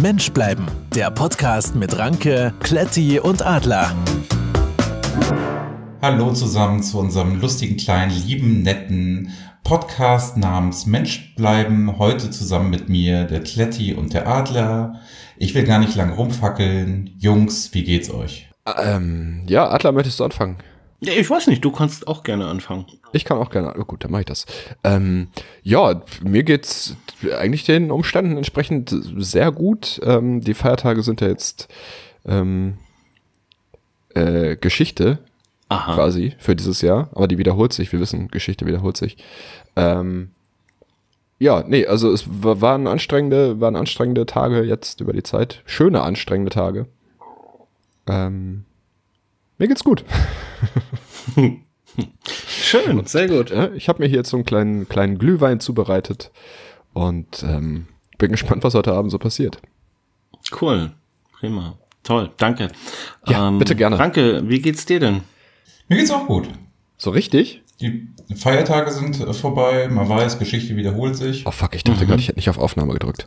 Mensch bleiben, der Podcast mit Ranke, Kletti und Adler. Hallo zusammen zu unserem lustigen, kleinen, lieben, netten Podcast namens Mensch bleiben. Heute zusammen mit mir der Kletti und der Adler. Ich will gar nicht lang rumfackeln. Jungs, wie geht's euch? Ja, Adler, möchtest du anfangen? Ja, ich weiß nicht, du kannst auch gerne anfangen. Ich kann auch gerne, oh gut, dann mache ich das. Ja, mir geht's eigentlich den Umständen entsprechend sehr gut. Die Feiertage sind ja jetzt Geschichte quasi für dieses Jahr, aber die wiederholt sich, wir wissen, Geschichte wiederholt sich. Ja, nee, also es waren anstrengende Tage jetzt über die Zeit, schöne anstrengende Tage. Mir geht's gut. Schön, sehr gut. Ich habe mir hier jetzt so einen kleinen Glühwein zubereitet und bin gespannt, was heute Abend so passiert. Cool, prima, toll, danke. Ja, bitte gerne. Danke, wie geht's dir denn? Mir geht's auch gut. So richtig? Die Feiertage sind vorbei, man weiß, Geschichte wiederholt sich. Oh fuck, ich dachte gerade, ich hätte nicht auf Aufnahme gedrückt.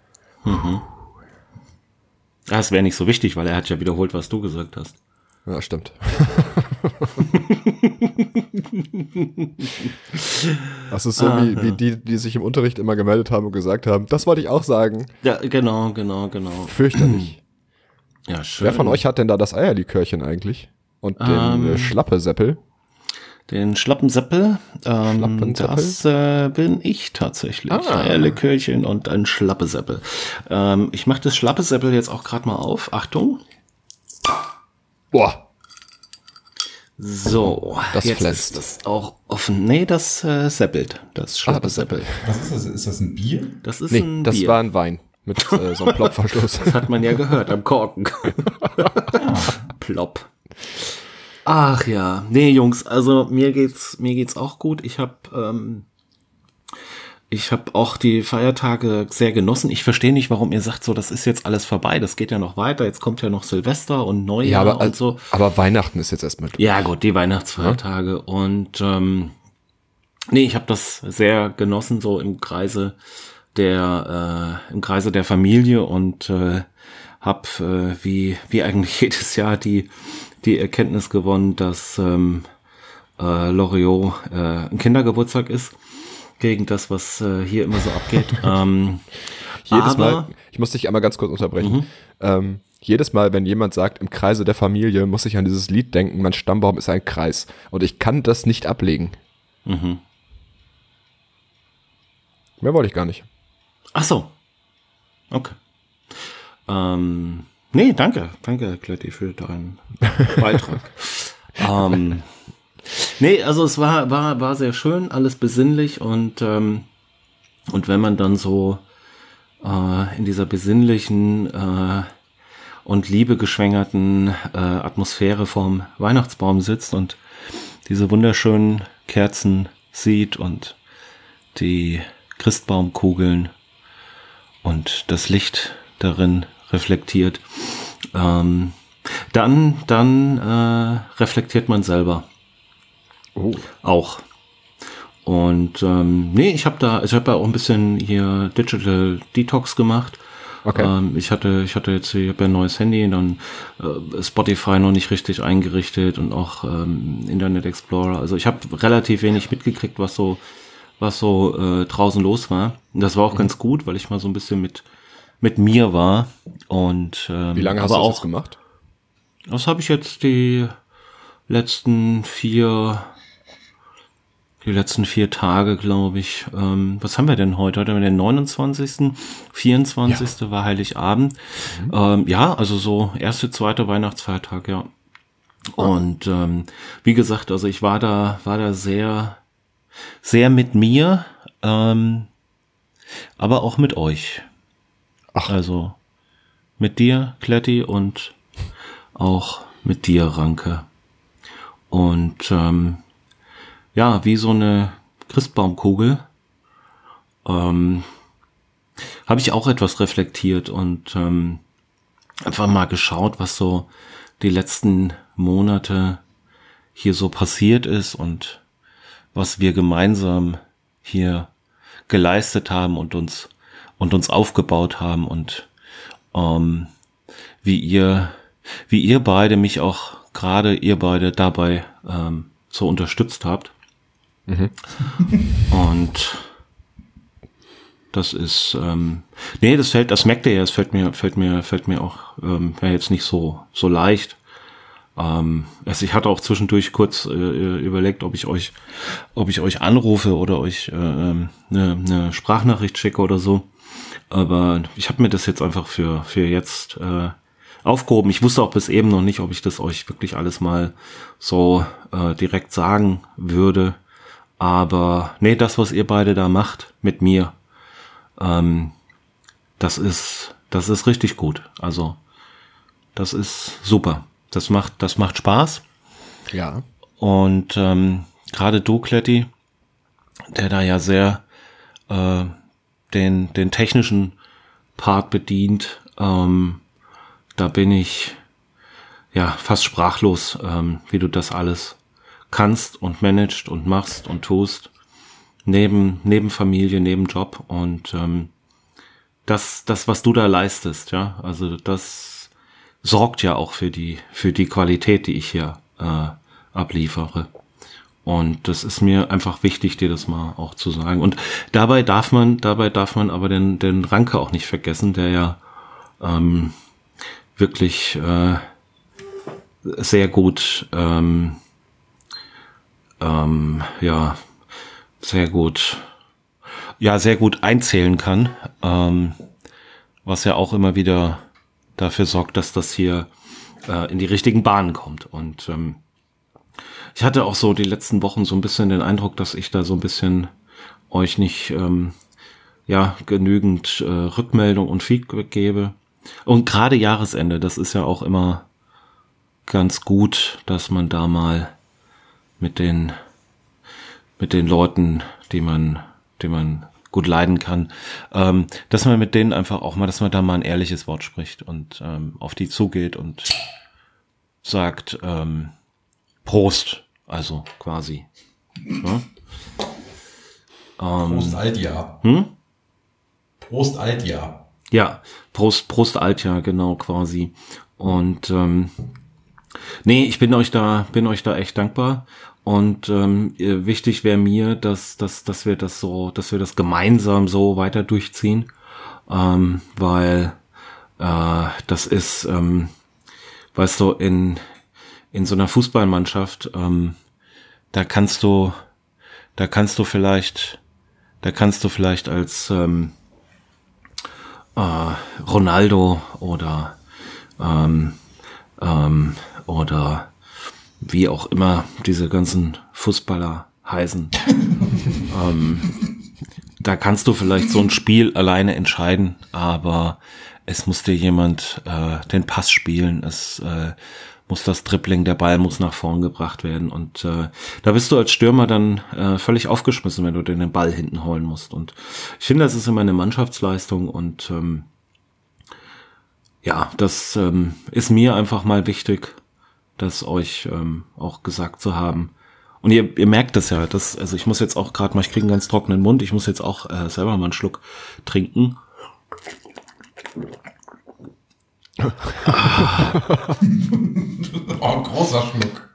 Das wäre nicht so wichtig, weil er hat ja wiederholt, was du gesagt hast. Ja, stimmt. Das ist so wie die sich im Unterricht immer gemeldet haben und gesagt haben, das wollte ich auch sagen. Ja, genau. Fürchterlich. Ja, schön. Wer von euch hat denn da das Eierlikörchen eigentlich? Und den Schlappeseppel? Den Schlappenseppel, Schlappenseppel? das bin ich tatsächlich. Eierlikörchen und ein Schlappeseppel. Ich mache das Schlappeseppel jetzt auch gerade mal auf. Achtung. Boah. So, Das jetzt fletzt. ist das auch offen. Nee, das seppelt. Das Schlappeseppel. Was ist das? Ist das ein Bier? Das ist Nee, ein das Bier. war ein Wein mit so einem Plopverschluss. Das hat man ja gehört am Korken. Plopp. Ach ja, nee Jungs, also mir geht's auch gut. Ich habe auch die Feiertage sehr genossen. Ich verstehe nicht, warum ihr sagt, so das ist jetzt alles vorbei. Das geht ja noch weiter. Jetzt kommt ja noch Silvester und Neujahr Ja, und so. aber Weihnachten ist jetzt erstmal durch. Ja gut, die Weihnachtsfeiertage und nee, ich habe das sehr genossen so im Kreise der Familie und habe wie eigentlich jedes Jahr die Erkenntnis gewonnen, dass Loriot ein Kindergeburtstag ist, gegen das, was hier immer so abgeht. Jedes Mal, ich muss dich einmal ganz kurz unterbrechen, jedes Mal, wenn jemand sagt, im Kreise der Familie, muss ich an dieses Lied denken, mein Stammbaum ist ein Kreis. Und ich kann das nicht ablegen. Mehr wollte ich gar nicht. Ach so. Okay. Nee, danke, Kletti, für deinen Beitrag. Nee, also es war sehr schön, alles besinnlich und wenn man dann so in dieser besinnlichen und liebegeschwängerten Atmosphäre vorm Weihnachtsbaum sitzt und diese wunderschönen Kerzen sieht und die Christbaumkugeln und das Licht darin reflektiert, dann reflektiert man selber. Auch. Und nee, ich habe da auch ein bisschen hier Digital Detox gemacht. Okay. Ich habe ja ein neues Handy, dann Spotify noch nicht richtig eingerichtet und auch Internet Explorer. Also ich habe relativ wenig mitgekriegt, was so draußen los war. Und das war auch ganz gut, weil ich mal so ein bisschen mit mir war. Und Wie lange hast du das jetzt gemacht? Das habe ich jetzt die letzten 4 Tage, glaube ich. Was haben wir denn heute? Heute haben wir den 29., 24. war Heiligabend. Ja, also so erste, zweite Weihnachtsfeiertag, ja. Und wie gesagt, also ich war da sehr, sehr mit mir, aber auch mit euch. Ach. Also mit dir, Kletti, und auch mit dir, Ranke. Und ja, wie so eine Christbaumkugel habe ich auch etwas reflektiert und einfach mal geschaut, was so die letzten Monate hier so passiert ist und was wir gemeinsam hier geleistet haben und uns aufgebaut haben und wie ihr beide mich auch gerade ihr beide dabei so unterstützt habt. Und das ist, das merkt ihr ja, es fällt mir auch, wäre jetzt nicht so leicht. Also ich hatte auch zwischendurch kurz überlegt, ob ich euch anrufe oder euch eine Sprachnachricht schicke oder so. Aber ich habe mir das jetzt einfach für jetzt aufgehoben. Ich wusste auch bis eben noch nicht, ob ich das euch wirklich alles mal so direkt sagen würde. Aber nee, das, was ihr beide da macht mit mir, das ist richtig gut. Also das ist super. Das macht Spaß. Ja. Und gerade du, Kletti, der da ja sehr den technischen Part bedient, da bin ich ja fast sprachlos, wie du das alles kannst und managst und machst und tust, neben Familie, neben Job. Und das, was du da leistest, ja, also das sorgt ja auch für die Qualität, die ich hier abliefere. Und das ist mir einfach wichtig, dir das mal auch zu sagen. Und dabei darf man aber den Ranke auch nicht vergessen, der ja wirklich sehr gut sehr gut einzählen kann, was ja auch immer wieder dafür sorgt, dass das hier in die richtigen Bahnen kommt. Und ich hatte auch so die letzten Wochen so ein bisschen den Eindruck, dass ich da so ein bisschen euch nicht genügend Rückmeldung und Feedback gebe. Und gerade Jahresende, das ist ja auch immer ganz gut, dass man da mal mit den Leuten, die man gut leiden kann, dass man mit denen einfach auch mal, dass man da mal ein ehrliches Wort spricht und auf die zugeht und sagt Prost, also quasi. Ja? Prost Altjahr. Prost Altjahr. Ja, Prost Altjahr, genau, quasi. Und nee, ich bin euch da echt dankbar. Und wichtig wäre mir, dass wir das gemeinsam so weiter durchziehen, weil das ist, weißt du, in so einer Fußballmannschaft, da kannst du vielleicht als Ronaldo oder wie auch immer diese ganzen Fußballer heißen. Da kannst du vielleicht so ein Spiel alleine entscheiden, aber es muss dir jemand den Pass spielen, es muss das Dribbling, der Ball muss nach vorn gebracht werden und da bist du als Stürmer dann völlig aufgeschmissen, wenn du den Ball hinten holen musst. Und ich finde, das ist immer eine Mannschaftsleistung und das ist mir einfach mal wichtig, das euch auch gesagt zu haben. Und ihr merkt das ja, also ich muss jetzt auch gerade mal, ich kriege einen ganz trockenen Mund, ich muss jetzt auch selber mal einen Schluck trinken. Oh, großer Schluck.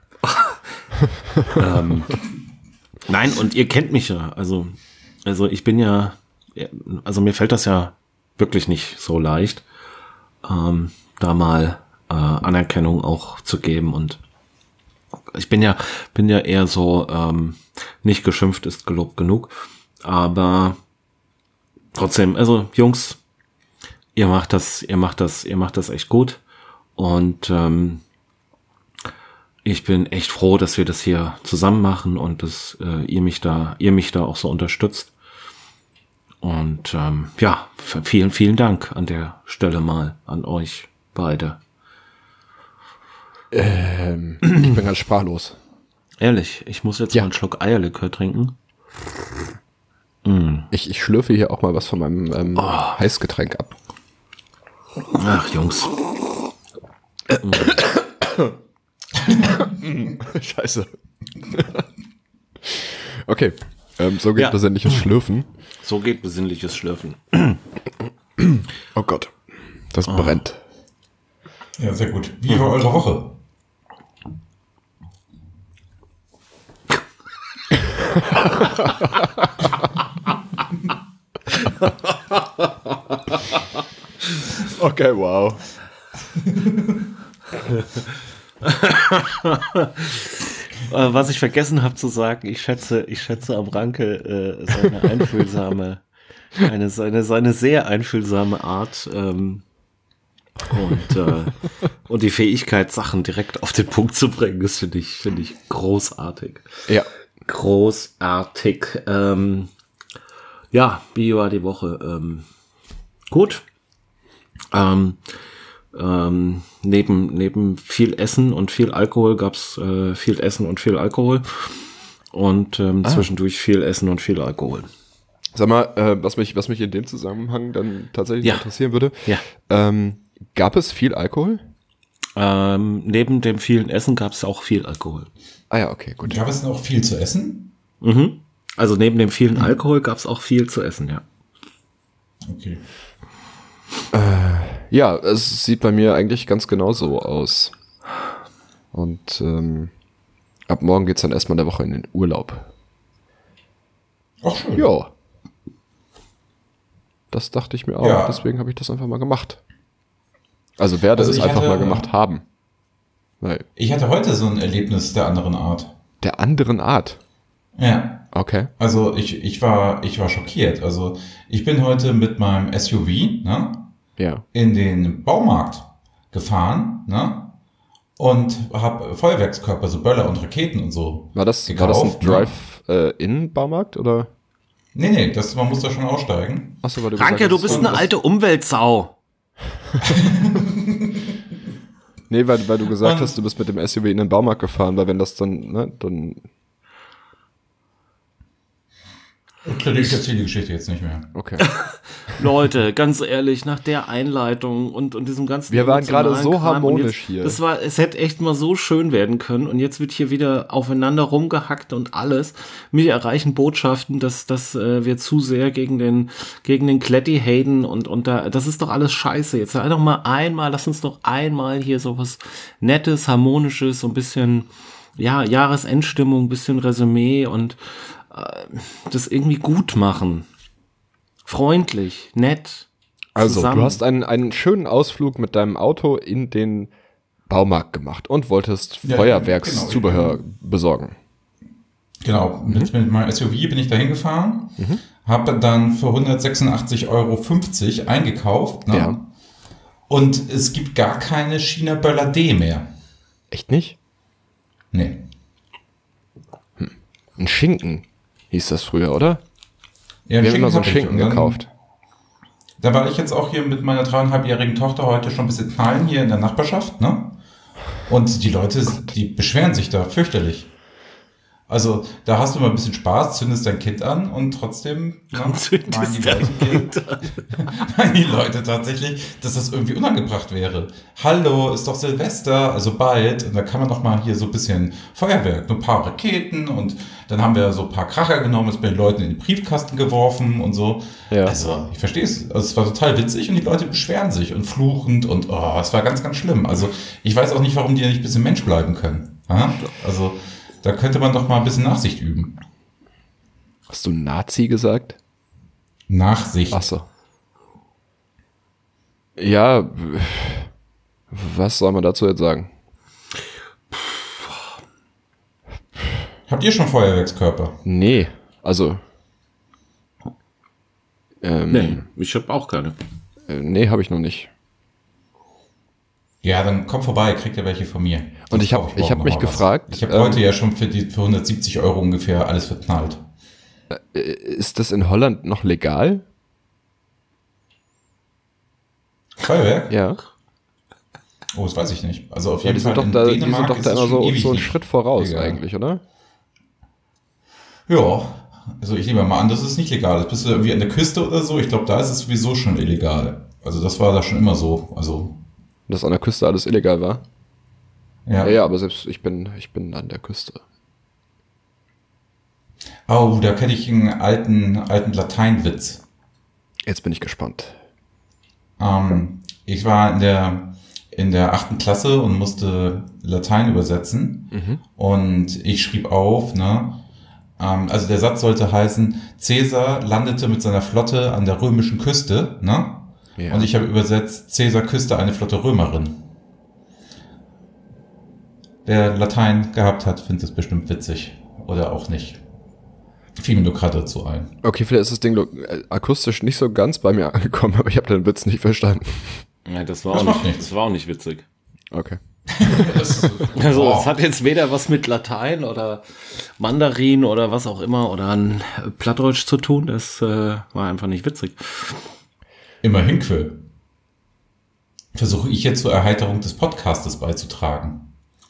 Nein, und ihr kennt mich ja, also ich bin ja, also mir fällt das ja wirklich nicht so leicht, da mal Anerkennung auch zu geben und ich bin ja eher so nicht geschimpft ist gelobt genug, aber trotzdem, also Jungs, ihr macht das echt gut und ich bin echt froh, dass wir das hier zusammen machen und dass ihr mich da auch so unterstützt und vielen, vielen Dank an der Stelle mal an euch beide. Ich bin ganz sprachlos. Ehrlich, ich muss jetzt mal einen Schluck Eierlikör trinken. Ich schlürfe hier auch mal was von meinem Heißgetränk ab. Ach, Jungs. Scheiße. Okay, so geht besinnliches Schlürfen. So geht besinnliches Schlürfen. Oh Gott. Das brennt. Ja, sehr gut. Wie war eure Woche? Okay, wow. Was ich vergessen habe zu sagen, ich schätze am Ranke seine sehr einfühlsame Art und die Fähigkeit, Sachen direkt auf den Punkt zu bringen, das finde ich großartig. Ja. Großartig. Ja, wie war die Woche? Gut. Neben viel Essen und viel Alkohol gab's viel Essen und viel Alkohol und zwischendurch viel Essen und viel Alkohol. Sag mal, was mich in dem Zusammenhang dann tatsächlich interessieren würde. Ja. Gab es viel Alkohol? Neben dem vielen Essen gab es auch viel Alkohol. Ah ja, okay, gut. Gab es noch viel zu essen? Mhm. Also neben dem vielen Alkohol gab es auch viel zu essen, ja. Okay. Ja, es sieht bei mir eigentlich ganz genauso aus. Und ab morgen geht's dann erstmal eine Woche in den Urlaub. Ach, schön. Ja. Das dachte ich mir auch. Ja. Deswegen habe ich das einfach mal gemacht. Also werde es einfach mal gemacht haben. Weil Ich hatte heute so ein Erlebnis der anderen Art. der anderen Art. Ja. Okay. Also ich war schockiert. Also ich bin heute mit meinem SUV, ne, Ja. in den Baumarkt gefahren, ne, und habe Feuerwerkskörper, so Böller und Raketen und so. War das ein gekauft, ne? Drive-In-Baumarkt oder? Nee, man muss da schon aussteigen. Achso, weil du Ranke, du gesagt bist und eine was- alte Umweltsau. Nee, weil du gesagt Und- hast, du bist mit dem SUV in den Baumarkt gefahren, weil wenn das dann, ne, dann. Ich erzähle die Geschichte jetzt nicht mehr. Okay. Leute, ganz ehrlich, nach der Einleitung und diesem ganzen Wir waren gerade emotionalen so Kram und harmonisch jetzt, hier. es hätte echt mal so schön werden können und jetzt wird hier wieder aufeinander rumgehackt und alles. Mich erreichen Botschaften, dass wir zu sehr gegen den Kletti haten und das ist doch alles scheiße. Jetzt einfach mal lass uns doch einmal hier so was Nettes, Harmonisches, so ein bisschen, ja, Jahresendstimmung, ein bisschen Resümee und das irgendwie gut machen. Freundlich, nett. Also, zusammen. du hast einen schönen Ausflug mit deinem Auto in den Baumarkt gemacht und wolltest Ja, Feuerwerkszubehör besorgen. Genau, mit meinem SUV bin ich dahin gefahren, habe dann für 186,50 € eingekauft, ne? Ja. Und es gibt gar keine China Böller D mehr. Echt nicht? Nee. Ein Schinken hieß das früher, oder? Ja, Wir haben immer so einen hab ich. Schinken Und dann- gekauft. Da war ich jetzt auch hier mit meiner 3,5-jährigen Tochter heute schon ein bisschen knallen hier in der Nachbarschaft, ne? Und die Leute, die beschweren sich da fürchterlich. Also, da hast du mal ein bisschen Spaß, zündest dein Kind an und trotzdem meinen die Leute tatsächlich, dass das irgendwie unangebracht wäre. Hallo, ist doch Silvester, also bald. Und da kann man doch mal hier so ein bisschen Feuerwerk, ein paar Raketen und dann haben wir so ein paar Kracher genommen, das bei den Leuten in den Briefkasten geworfen und so. Ja. Also, ich verstehe es. Also, es war total witzig und die Leute beschweren sich und fluchend und es war ganz, ganz schlimm. Also, ich weiß auch nicht, warum die nicht ein bisschen Mensch bleiben können. Ja? Also, da könnte man doch mal ein bisschen Nachsicht üben. Hast du Nazi gesagt? Nachsicht. Ach so. Ja, was soll man dazu jetzt sagen? Habt ihr schon Feuerwerkskörper? Nee, also. Nee, ich habe auch keine. Nee, habe ich noch nicht. Ja, dann kommt vorbei, kriegt ihr welche von mir. Und ich hab Sonst mich kaufe morgen noch mal was. gefragt, Ich habe heute ja schon für 170 € ungefähr alles verknallt. Ist das in Holland noch legal? Feuerwerk? Ja. Oh, das weiß ich nicht. Also auf Ja, jeden die sind Fall doch in da, Dänemark ist es immer schon so ewig einen nicht Schritt voraus legal. eigentlich, oder? Ja, also ich nehme mal an, dass es nicht legal ist. Bist du irgendwie an der Küste oder so? Ich glaube, da ist es sowieso schon illegal. Also das war da schon immer so. Also Dass an der Küste alles illegal war? ja. Ja, aber selbst ich bin an der Küste. Oh, da kenne ich einen alten Lateinwitz. Jetzt bin ich gespannt. Ich war in der 8. Klasse und musste Latein übersetzen. Und ich schrieb auf, ne, also der Satz sollte heißen, Caesar landete mit seiner Flotte an der römischen Küste, ne? Ja. Und ich habe übersetzt, Caesar küsste eine Flotte Römerin. Wer Latein gehabt hat, findet es bestimmt witzig. Oder auch nicht. Fiel mir nur gerade dazu ein. Okay, vielleicht ist das Ding akustisch nicht so ganz bei mir angekommen, aber ich habe den Witz nicht verstanden. Ja, das war auch nicht witzig. Okay. Also es hat jetzt weder was mit Latein oder Mandarin oder was auch immer oder an Plattdeutsch zu tun. Das war einfach nicht witzig. Immerhin, Quill. Versuche ich jetzt zur Erheiterung des Podcastes beizutragen.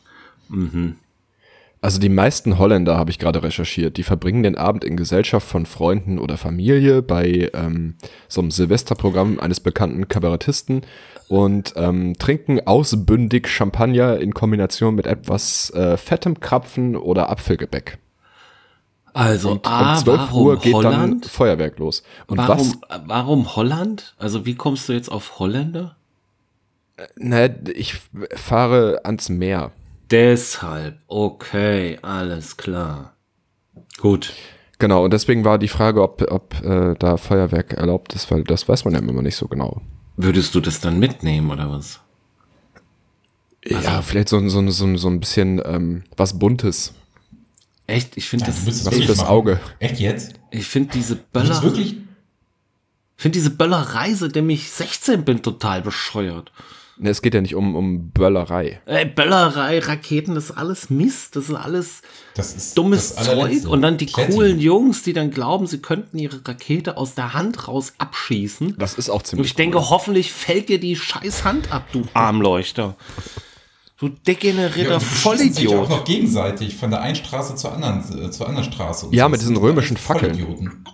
Also die meisten Holländer, habe ich gerade recherchiert, die verbringen den Abend in Gesellschaft von Freunden oder Familie bei so einem Silvesterprogramm eines bekannten Kabarettisten und trinken ausbündig Champagner in Kombination mit etwas fettem Krapfen oder Apfelgebäck. Also und um 12 Uhr geht Holland? Dann Feuerwerk los. Und warum Holland? Also wie kommst du jetzt auf Holländer? Ich fahre ans Meer. Deshalb, okay, alles klar. Gut. Genau, und deswegen war die Frage, ob da Feuerwerk erlaubt ist, weil das weiß man ja immer nicht so genau. Würdest du das dann mitnehmen, oder was? Ja, vielleicht so ein bisschen was Buntes. Echt? Ich finde das fürs Auge. Echt jetzt? Ich finde diese Böller... Ich finde diese Böllerei, seitdem ich 16 bin, total bescheuert. Ne, es geht ja nicht um Böllerei. Böllerei, Raketen, das ist alles Mist, das ist alles dummes Zeug. Und dann die coolen Jungs, die dann glauben, sie könnten ihre Rakete aus der Hand raus abschießen. Das ist auch ziemlich Und ich denke, hoffentlich fällt dir die scheiß Hand ab, du Armleuchter. Du degenerierter Vollidiot. Sich auch noch gegenseitig von der einen Straße zur anderen Straße. Ja, mit diesen römischen Fackeln.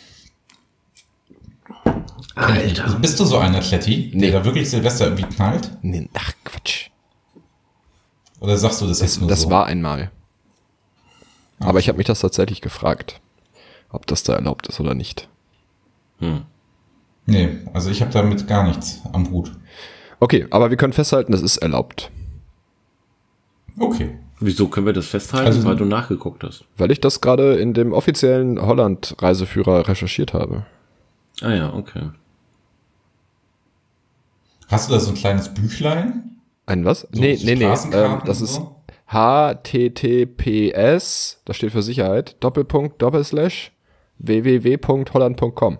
Alter. Also bist du so einer, Kletti, der da wirklich Silvester irgendwie knallt? Nee, ach, Quatsch. Oder sagst du das jetzt nur so? Das war einmal. Aber ich habe mich das tatsächlich gefragt, ob das da erlaubt ist oder nicht. Nee, also ich habe damit gar nichts am Hut. Okay, aber wir können festhalten, das ist erlaubt. Okay. Wieso können wir das festhalten? Also, weil du nachgeguckt hast. Weil ich das gerade in dem offiziellen Holland-Reiseführer recherchiert habe. Ah ja, okay. Hast du da so ein kleines Büchlein? Ein was? So nee. Das ist HTTPS, das steht für Sicherheit, / www.holland.com.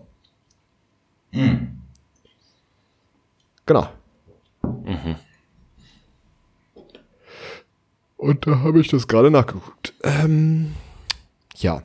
Genau. Und da habe ich das gerade nachgeguckt. Ja.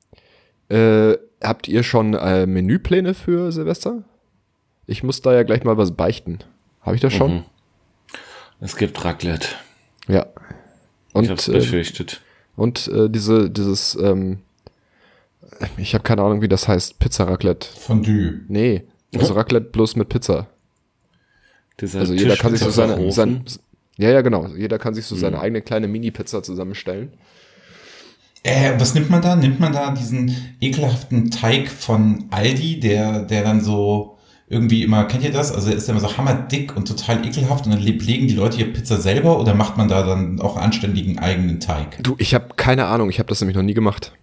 Habt ihr schon Menüpläne für Silvester? Ich muss da ja gleich mal was beichten. Habe ich das schon? Es gibt Raclette. Ja. Und, ich hab's befürchtet. Und dieses, ich habe keine Ahnung, wie das heißt, Pizza-Raclette. Fondue. Nee, also Raclette bloß mit Pizza. Also jeder kann sich so seine ja, genau. Jeder kann sich so seine eigene kleine Mini-Pizza zusammenstellen. Was nimmt man da? Nimmt man da diesen ekelhaften Teig von Aldi, der dann so irgendwie immer, kennt ihr das? Also er ist immer so hammerdick und total ekelhaft und dann legen die Leute ihr Pizza selber oder macht man da dann auch anständigen eigenen Teig? Du, ich habe keine Ahnung. Ich habe das nämlich noch nie gemacht.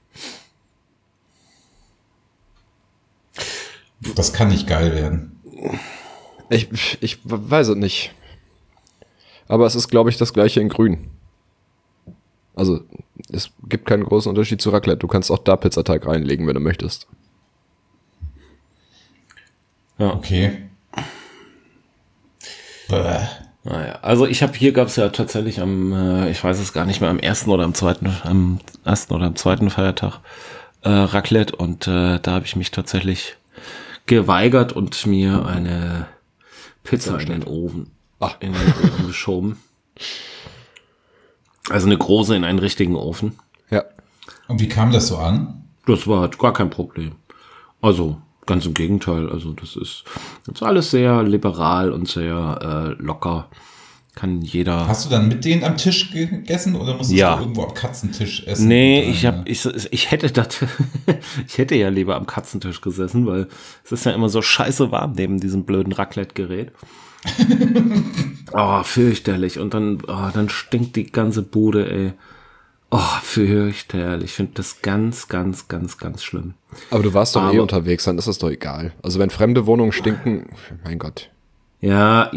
Das kann nicht geil werden. Ich weiß es nicht. Aber es ist, glaube ich, das gleiche in grün. Also, es gibt keinen großen Unterschied zu Raclette. Du kannst auch da Pizzateig reinlegen, wenn du möchtest. Ja. Okay. Naja, also gab es ja tatsächlich ich weiß es gar nicht mehr, am ersten oder am zweiten Feiertag Raclette und da habe ich mich tatsächlich geweigert und mir eine Pizza in den Ofen geschoben. Also eine große in einen richtigen Ofen. Ja. Und wie kam das so an? Das war gar kein Problem. Also ganz im Gegenteil. Also das ist alles sehr liberal und sehr locker. kann jeder. Hast du dann mit denen am Tisch gegessen oder musstest du irgendwo am Katzentisch essen? Nee, ich hätte ich hätte ja lieber am Katzentisch gesessen, weil es ist ja immer so scheiße warm neben diesem blöden Raclette-Gerät. Oh, fürchterlich. Und dann stinkt die ganze Bude, ey. Oh, fürchterlich. Ich finde das ganz, ganz, ganz, ganz schlimm. Aber du warst doch unterwegs, dann ist das doch egal. Also wenn fremde Wohnungen stinken, mein Gott. Ja,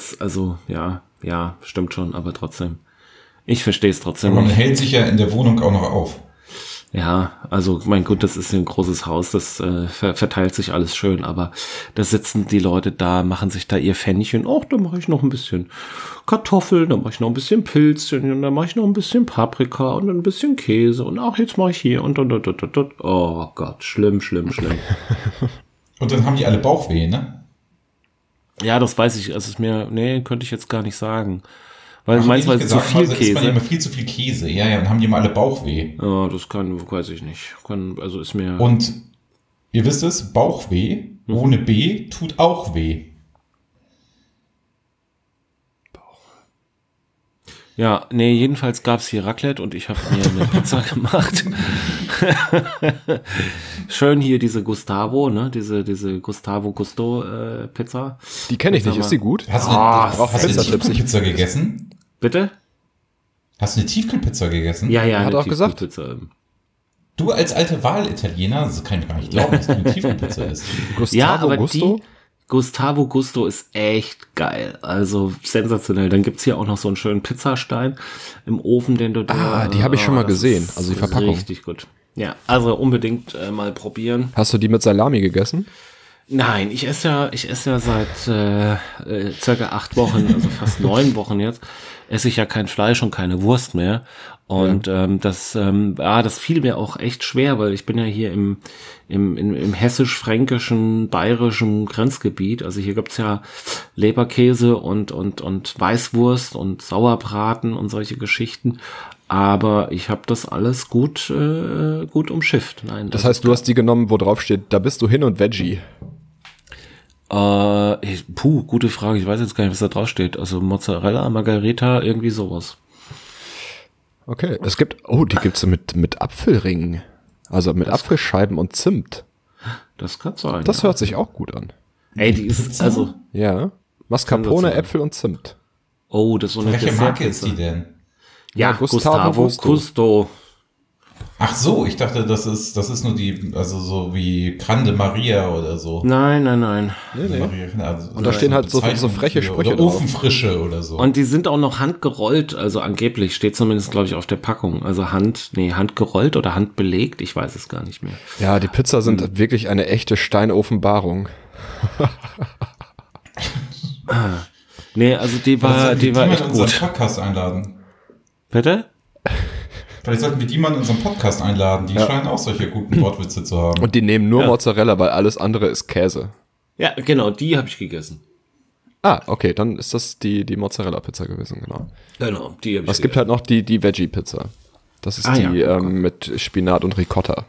stimmt schon, aber trotzdem. Ich verstehe es trotzdem. Aber man hält sich ja in der Wohnung auch noch auf. Ja, also mein Gott, das ist ein großes Haus, das verteilt sich alles schön, aber da sitzen die Leute da, machen sich da ihr Pfännchen, da mache ich noch ein bisschen Kartoffeln, dann mache ich noch ein bisschen Pilzchen und dann mache ich noch ein bisschen Paprika und ein bisschen Käse und jetzt mache ich hier und. Oh Gott, schlimm. Und dann haben die alle Bauchweh, ne? Ja, das weiß ich, könnte ich jetzt gar nicht sagen. Weil meinst du, zu viel Käse? Das war immer viel zu viel Käse. Ja, dann haben die immer alle Bauchweh. Ja, das weiß ich nicht. Ist mir. Und ihr wisst es, Bauchweh ohne B tut auch weh. Ja, nee, jedenfalls gab's hier Raclette und ich habe mir eine Pizza gemacht. Schön hier diese Gustavo, ne, diese Gustavo Gusto Pizza. Die kenne ich nicht, ist die gut? Hast du eine Tiefkühlpizza gegessen? Bitte? Hast du eine Tiefkühlpizza gegessen? Ja, hat auch gesagt. Du als alte Wahlitaliener, das kann ich gar nicht glauben, dass du eine Tiefkühlpizza isst. Gustavo Gusto? Gustavo Gusto ist echt geil, also sensationell. Dann gibt's hier auch noch so einen schönen Pizzastein im Ofen, den du da... die habe ich schon mal gesehen, also die Verpackung. Richtig gut. Ja, also unbedingt mal probieren. Hast du die mit Salami gegessen? Nein, ich esse ja seit circa 8 Wochen, also fast 9 Wochen jetzt, esse ich ja kein Fleisch und keine Wurst mehr. Und das fiel mir auch echt schwer, weil ich bin ja hier im hessisch-fränkischen, bayerischen Grenzgebiet. Also hier gibt's ja Leberkäse und Weißwurst und Sauerbraten und solche Geschichten. Aber ich habe das alles gut umschifft. Nein, das heißt, du hast die genommen, wo drauf steht, da bist du hin und Veggie. Gute Frage. Ich weiß jetzt gar nicht, was da drauf steht. Also Mozzarella, Margarita, irgendwie sowas. Okay, die gibt's mit Apfelringen. Also mit Apfelscheiben und Zimt. Das kann sein. Das hört sich auch gut an. Ey, die ist, also... Ja, Mascarpone, Äpfel und Zimt. Oh, das ist so eine Welche Marke ist die denn? Ja, Gustavo Gusto. Ach so, ich dachte, das ist nur die, also so wie Grande Maria oder so. Nein. Nee. Maria, also und da stehen halt so freche Sprüche oder Ofenfrische oder so. Und die sind auch noch handgerollt, also angeblich steht zumindest, glaube ich, auf der Packung. Also handgerollt oder handbelegt, ich weiß es gar nicht mehr. Ja, die Pizza sind wirklich eine echte Steinoffenbarung. Nee, also die war echt in unseren gut. Podcast einladen. Bitte? Vielleicht sollten wir die mal in unseren Podcast einladen. Die scheinen auch solche guten Wortwitze zu haben. Und die nehmen nur Mozzarella, weil alles andere ist Käse. Ja, genau, die habe ich gegessen. Ah, okay, dann ist das die Mozzarella-Pizza gewesen, genau. Genau, die habe ich Es gibt halt noch die Veggie-Pizza. Das ist mit Spinat und Ricotta.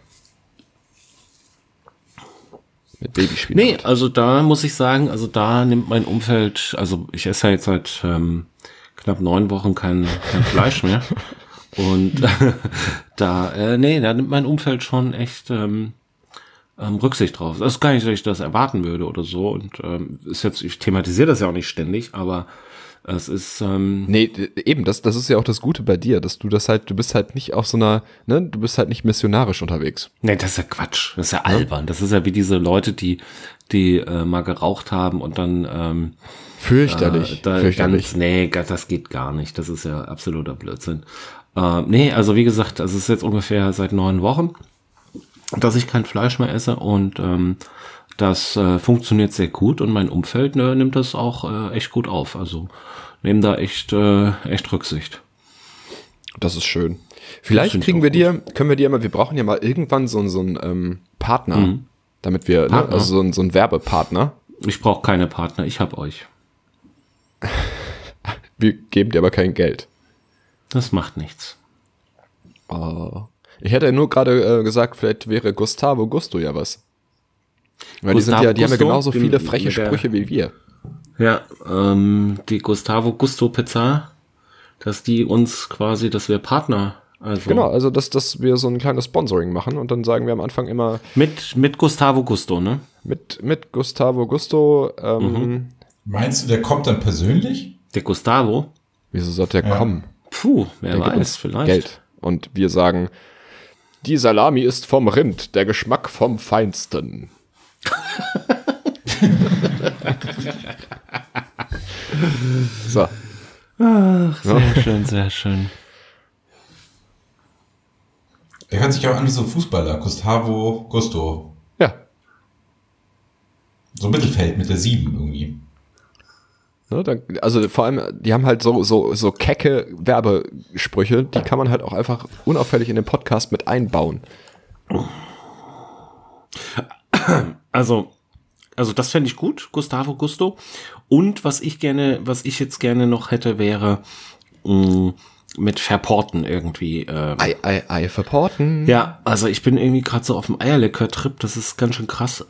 Mit Babyspinat. Nee, also da muss ich sagen, also da nimmt mein Umfeld, also ich esse ja jetzt seit knapp 9 Wochen kein Fleisch mehr. Und da nimmt mein Umfeld schon echt Rücksicht drauf. Das ist gar nicht, dass ich das erwarten würde oder so. Und ist jetzt, ich thematisiere das ja auch nicht ständig, aber es ist nee, eben, das ist ja auch das Gute bei dir, dass du bist halt nicht auf so einer, ne, du bist halt nicht missionarisch unterwegs. Nee, das ist ja Quatsch, das ist ja albern. Das ist ja wie diese Leute, die mal geraucht haben und dann fürchterlich. Das geht gar nicht. Das ist ja absoluter Blödsinn. Also wie gesagt, also es ist jetzt ungefähr seit 9 Wochen, dass ich kein Fleisch mehr esse und das funktioniert sehr gut und mein Umfeld nimmt das auch echt gut auf. Also nehmen da echt Rücksicht. Das ist schön. Vielleicht können wir dir mal, wir brauchen ja mal irgendwann so einen Partner, damit wir, Partner? Ne, also so einen Werbepartner. Ich brauche keine Partner, ich hab euch. Wir geben dir aber kein Geld. Das macht nichts. Ich hätte ja nur gerade gesagt, vielleicht wäre Gustavo Gusto ja was. Weil Gustavo die haben ja Gusto, genauso viele freche Sprüche wie wir. Ja, die Gustavo Gusto Pizza, dass die uns quasi, dass wir Partner, also. Genau, also dass wir so ein kleines Sponsoring machen und dann sagen wir am Anfang immer. Mit Gustavo Gusto, ne? Mit Gustavo Gusto. Meinst du, der kommt dann persönlich? Der Gustavo? Wieso sollte der kommen? Puh, wer Der gibt weiß, uns vielleicht. Geld. Und wir sagen, die Salami ist vom Rind, der Geschmack vom Feinsten. So. Ach, sehr schön, sehr schön. Der hört sich auch an wie so ein Fußballer, Gustavo Gusto. Ja. So Mittelfeld mit der 7 irgendwie. Ne, also vor allem, die haben halt so kecke Werbesprüche, die kann man halt auch einfach unauffällig in den Podcast mit einbauen. Also das fände ich gut, Gustavo Gusto. Und was ich jetzt gerne noch hätte, wäre mit Verporten irgendwie. Ei, verporten. Ja, also ich bin irgendwie gerade so auf dem Eierlikör-Trip, das ist ganz schön krass.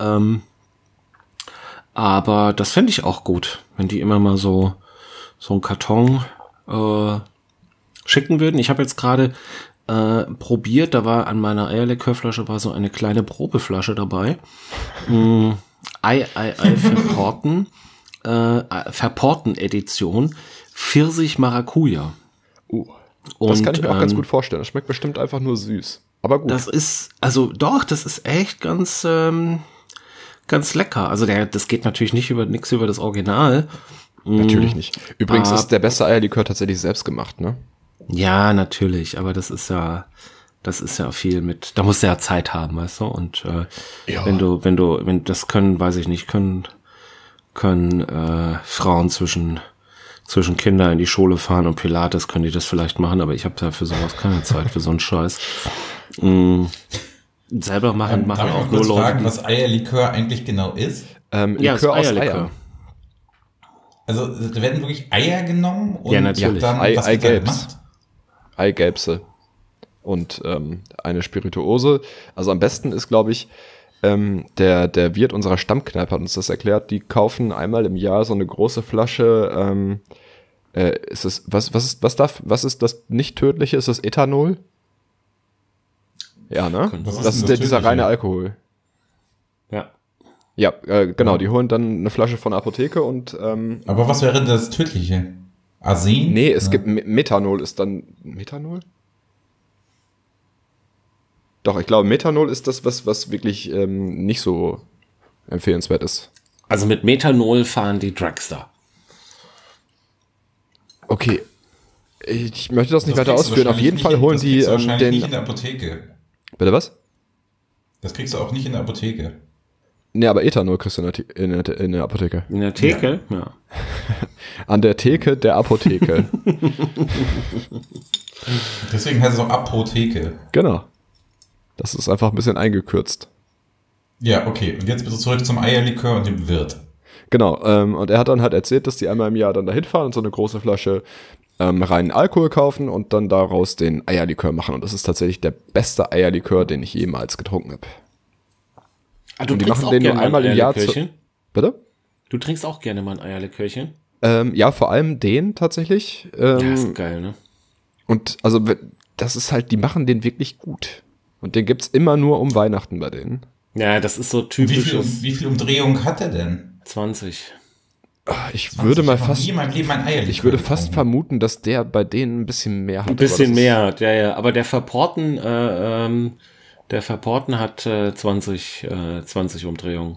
Aber das fände ich auch gut, wenn die immer mal so einen Karton schicken würden. Ich habe jetzt gerade probiert, da war an meiner Eierlikörflasche war so eine kleine Probeflasche dabei. Ei Verporten, Verporten-Edition, Pfirsich Maracuja. Das kann ich mir auch ganz gut vorstellen. Das schmeckt bestimmt einfach nur süß. Aber gut. Das ist echt ganz lecker. Also das geht natürlich nichts über das Original. Natürlich nicht. Übrigens ist der beste Eierlikör tatsächlich selbst gemacht, ne? Ja, natürlich. Aber das ist ja viel mit, da musst du ja Zeit haben, weißt du? Und wenn das weiß ich nicht, können Frauen zwischen Kinder in die Schule fahren und Pilates, können die das vielleicht machen, aber ich habe da für sowas keine Zeit, für so einen Scheiß. Selber machen darf ich auch mal nur kurz Leute, fragen, was Eierlikör eigentlich genau ist? Likör aus Eiern. Also da werden wirklich Eier genommen und Ja, natürlich. dann was wird da gemacht? Eigelbse und eine Spirituose. Also am besten ist, glaube ich, der Wirt unserer Stammkneipe hat uns das erklärt. Die kaufen einmal im Jahr so eine große Flasche. Was ist das nicht tödliche? Ist das Ethanol? Ja, ne? Das ist dieser reine Alkohol. Ja. Ja, genau. Die holen dann eine Flasche von der Apotheke und. Aber was wäre das Tödliche? Arsen? Nee, es gibt Methanol ist dann. Methanol? Doch, ich glaube, Methanol ist das, was wirklich nicht so empfehlenswert ist. Also mit Methanol fahren die Dragster. Okay. Ich möchte das nicht weiter ausführen. Auf jeden Fall holen die wahrscheinlich nicht in der Apotheke. Bitte was? Das kriegst du auch nicht in der Apotheke. Nee, aber Ethanol kriegst du in der Apotheke. In der Theke? Ja. An der Theke der Apotheke. Deswegen heißt es auch Apotheke. Genau. Das ist einfach ein bisschen eingekürzt. Ja, okay. Und jetzt bitte zurück zum Eierlikör und dem Wirt. Genau. Und er hat dann halt erzählt, dass die einmal im Jahr dann dahin fahren und so eine große Flasche reinen Alkohol kaufen und dann daraus den Eierlikör machen. Und das ist tatsächlich der beste Eierlikör, den ich jemals getrunken habe. Ah, du und die trinkst machen auch den nur gerne einmal im Jahr. Bitte? Du trinkst auch gerne mal ein Eierlikörchen? Ja, vor allem den tatsächlich. Ja, ist geil, ne? Und also das ist halt, die machen den wirklich gut. Und den gibt's immer nur um Weihnachten bei denen. Ja, das ist so typisch. Wie viel Umdrehung hat er denn? 20. Ich würde mal fast. Ich würde fast vermuten, dass der bei denen ein bisschen mehr hat. Ein bisschen mehr, ja. Aber der Verporten hat 20 Umdrehungen.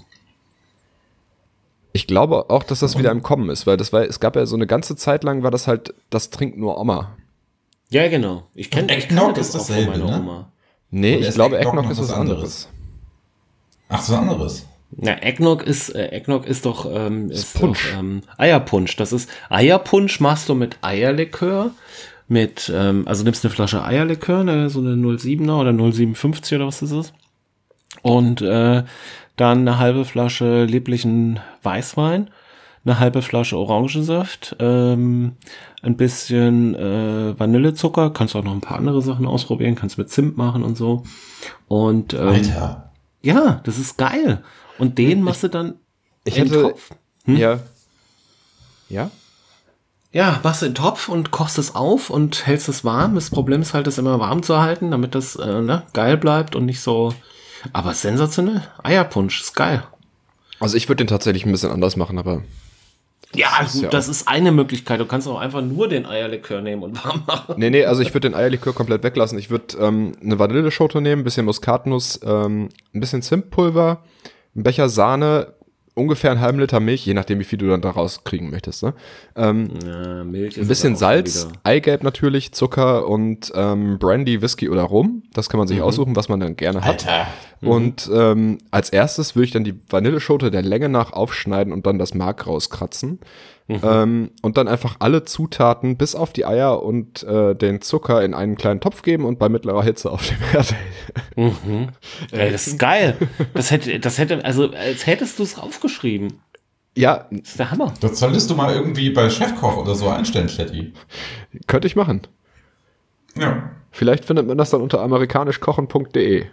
Ich glaube auch, dass das wieder im Kommen ist, weil es gab ja so eine ganze Zeit lang, war das halt, das trinkt nur Oma. Ja, genau. Ich kannte das auch von meiner Oma. Nee, ich glaube, Eggnog ist was anderes. Ach, so was anderes. Na, Eggnog ist doch Punsch. Doch, Eierpunsch. Das ist Eierpunsch machst du mit Eierlikör, also nimmst eine Flasche Eierlikör, so eine 0,7er oder 0,750 oder was das ist. Und dann eine halbe Flasche lieblichen Weißwein, eine halbe Flasche Orangensaft, ein bisschen Vanillezucker, kannst auch noch ein paar andere Sachen ausprobieren, kannst mit Zimt machen und so. Und Alter. Ja, das ist geil. Und den machst du dann Ich hätte, ja. Ja? Ja, machst du in den Topf und kochst es auf und hältst es warm. Das Problem ist halt, das immer warm zu halten, damit das geil bleibt und nicht so... Aber sensationell. Eierpunsch, ist geil. Also ich würde den tatsächlich ein bisschen anders machen, aber... Ja, gut, das ist eine Möglichkeit. Du kannst auch einfach nur den Eierlikör nehmen und warm machen. Nee, also ich würde den Eierlikör komplett weglassen. Ich würde eine Vanilleschote nehmen, ein bisschen Muskatnuss, ein bisschen Zimtpulver, ein Becher Sahne, ungefähr einen halben Liter Milch, je nachdem, wie viel du dann daraus kriegen möchtest. Ne? Milch ist ein bisschen Salz, Eigelb natürlich, Zucker und Brandy, Whisky oder Rum. Das kann man sich aussuchen, was man dann gerne hat. Alter. Und als erstes würde ich dann die Vanilleschote der Länge nach aufschneiden und dann das Mark rauskratzen. Und dann einfach alle Zutaten bis auf die Eier und den Zucker in einen kleinen Topf geben und bei mittlerer Hitze auf dem Herd. Ey, das ist geil. Das hätte, also als hättest du es aufgeschrieben. Ja. Das ist der Hammer. Das solltest du mal irgendwie bei Chefkoch oder so einstellen, Kletti. Könnte ich machen. Ja. Vielleicht findet man das dann unter amerikanischkochen.de.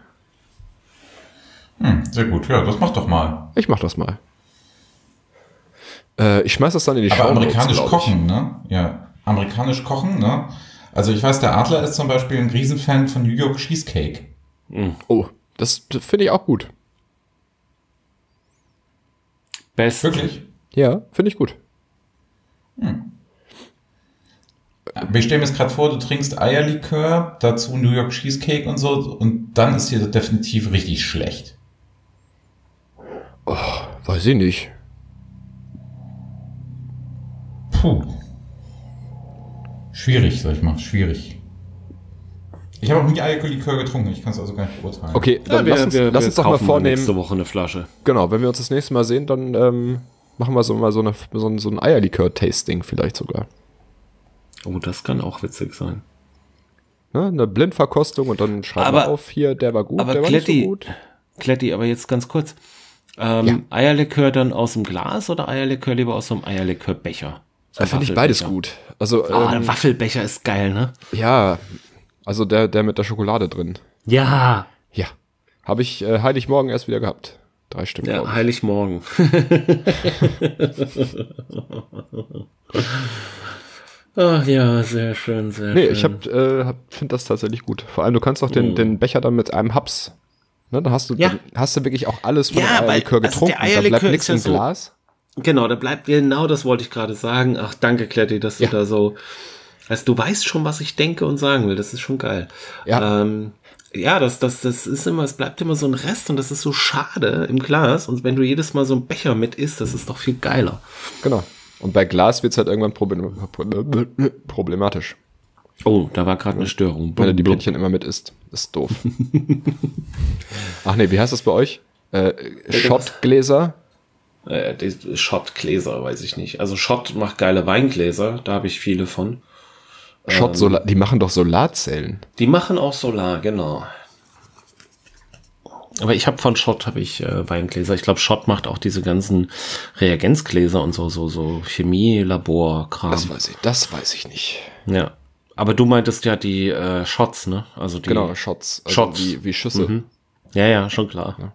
Sehr gut, ja, das mach doch mal. Ich mach das mal. Ich schmeiß das dann in die Aber Shownotes, amerikanisch glaub ich. kochen, ne? Ja, amerikanisch kochen, ne? Also ich weiß, der Adler ist zum Beispiel ein Riesenfan von New York Cheesecake. Oh, das finde ich auch gut. Best. Wirklich? Ja, finde ich gut. Ich stelle mir jetzt gerade vor, du trinkst Eierlikör, dazu New York Cheesecake und so, und dann ist dir das definitiv richtig schlecht. Weiß ich nicht. Puh. Schwierig, sag ich mal, schwierig. Ich habe auch nie Eierlikör getrunken, ich kann es also gar nicht beurteilen. Okay, dann lass uns doch mal vornehmen. Nächste Woche eine Flasche. Genau, wenn wir uns das nächste Mal sehen, dann machen wir so ein Eierlikör-Tasting vielleicht sogar. Oh, das kann auch witzig sein. Ne? Eine Blindverkostung und dann schreiben wir auf hier, der war gut, aber der war nicht so gut. Kletti, aber jetzt ganz kurz. Eierlikör dann aus dem Glas oder Eierlikör lieber aus so einem Eierlikörbecher? So Finde ich beides gut. Also, der Waffelbecher ist geil, ne? Ja, also der mit der Schokolade drin. Ja. Ja. Habe ich Heiligmorgen erst wieder gehabt. 3 Stück. Ja, Heiligmorgen. Ach ja, sehr schön, sehr schön. Ich finde das tatsächlich gut. Vor allem, du kannst auch den Becher dann mit einem Haps, ne, dann hast du wirklich auch alles von dem Eierlikör getrunken. Der Eierlikör da bleibt nichts im Glas. Genau, da bleibt genau, das wollte ich gerade sagen. Ach, danke, Kletti, dass du da so, also du weißt schon, was ich denke und sagen will. Das ist schon geil. Ja. Das ist immer, es bleibt immer so ein Rest und das ist so schade im Glas. Und wenn du jedes Mal so einen Becher mit isst, das ist doch viel geiler. Genau. Und bei Glas wird es halt irgendwann problematisch. Oh, da war gerade eine Störung. Wenn er die Blättchen immer mit isst. Ist doof. Ach nee, wie heißt das bei euch? Schottgläser? Die Schottgläser, weiß ich nicht. Also Schott macht geile Weingläser, da habe ich viele von. Schott Solar, die machen doch Solarzellen. Die machen auch Solar, genau. Aber ich habe von Schott Weingläser. Ich glaube, Schott macht auch diese ganzen Reagenzgläser und so Chemielabor-Kram. Das weiß ich nicht. Ja. Aber du meintest ja die Shots, ne? Also die genau, Shots. Also Shots. Wie Schüsse. Mhm. Ja, schon klar. Ja.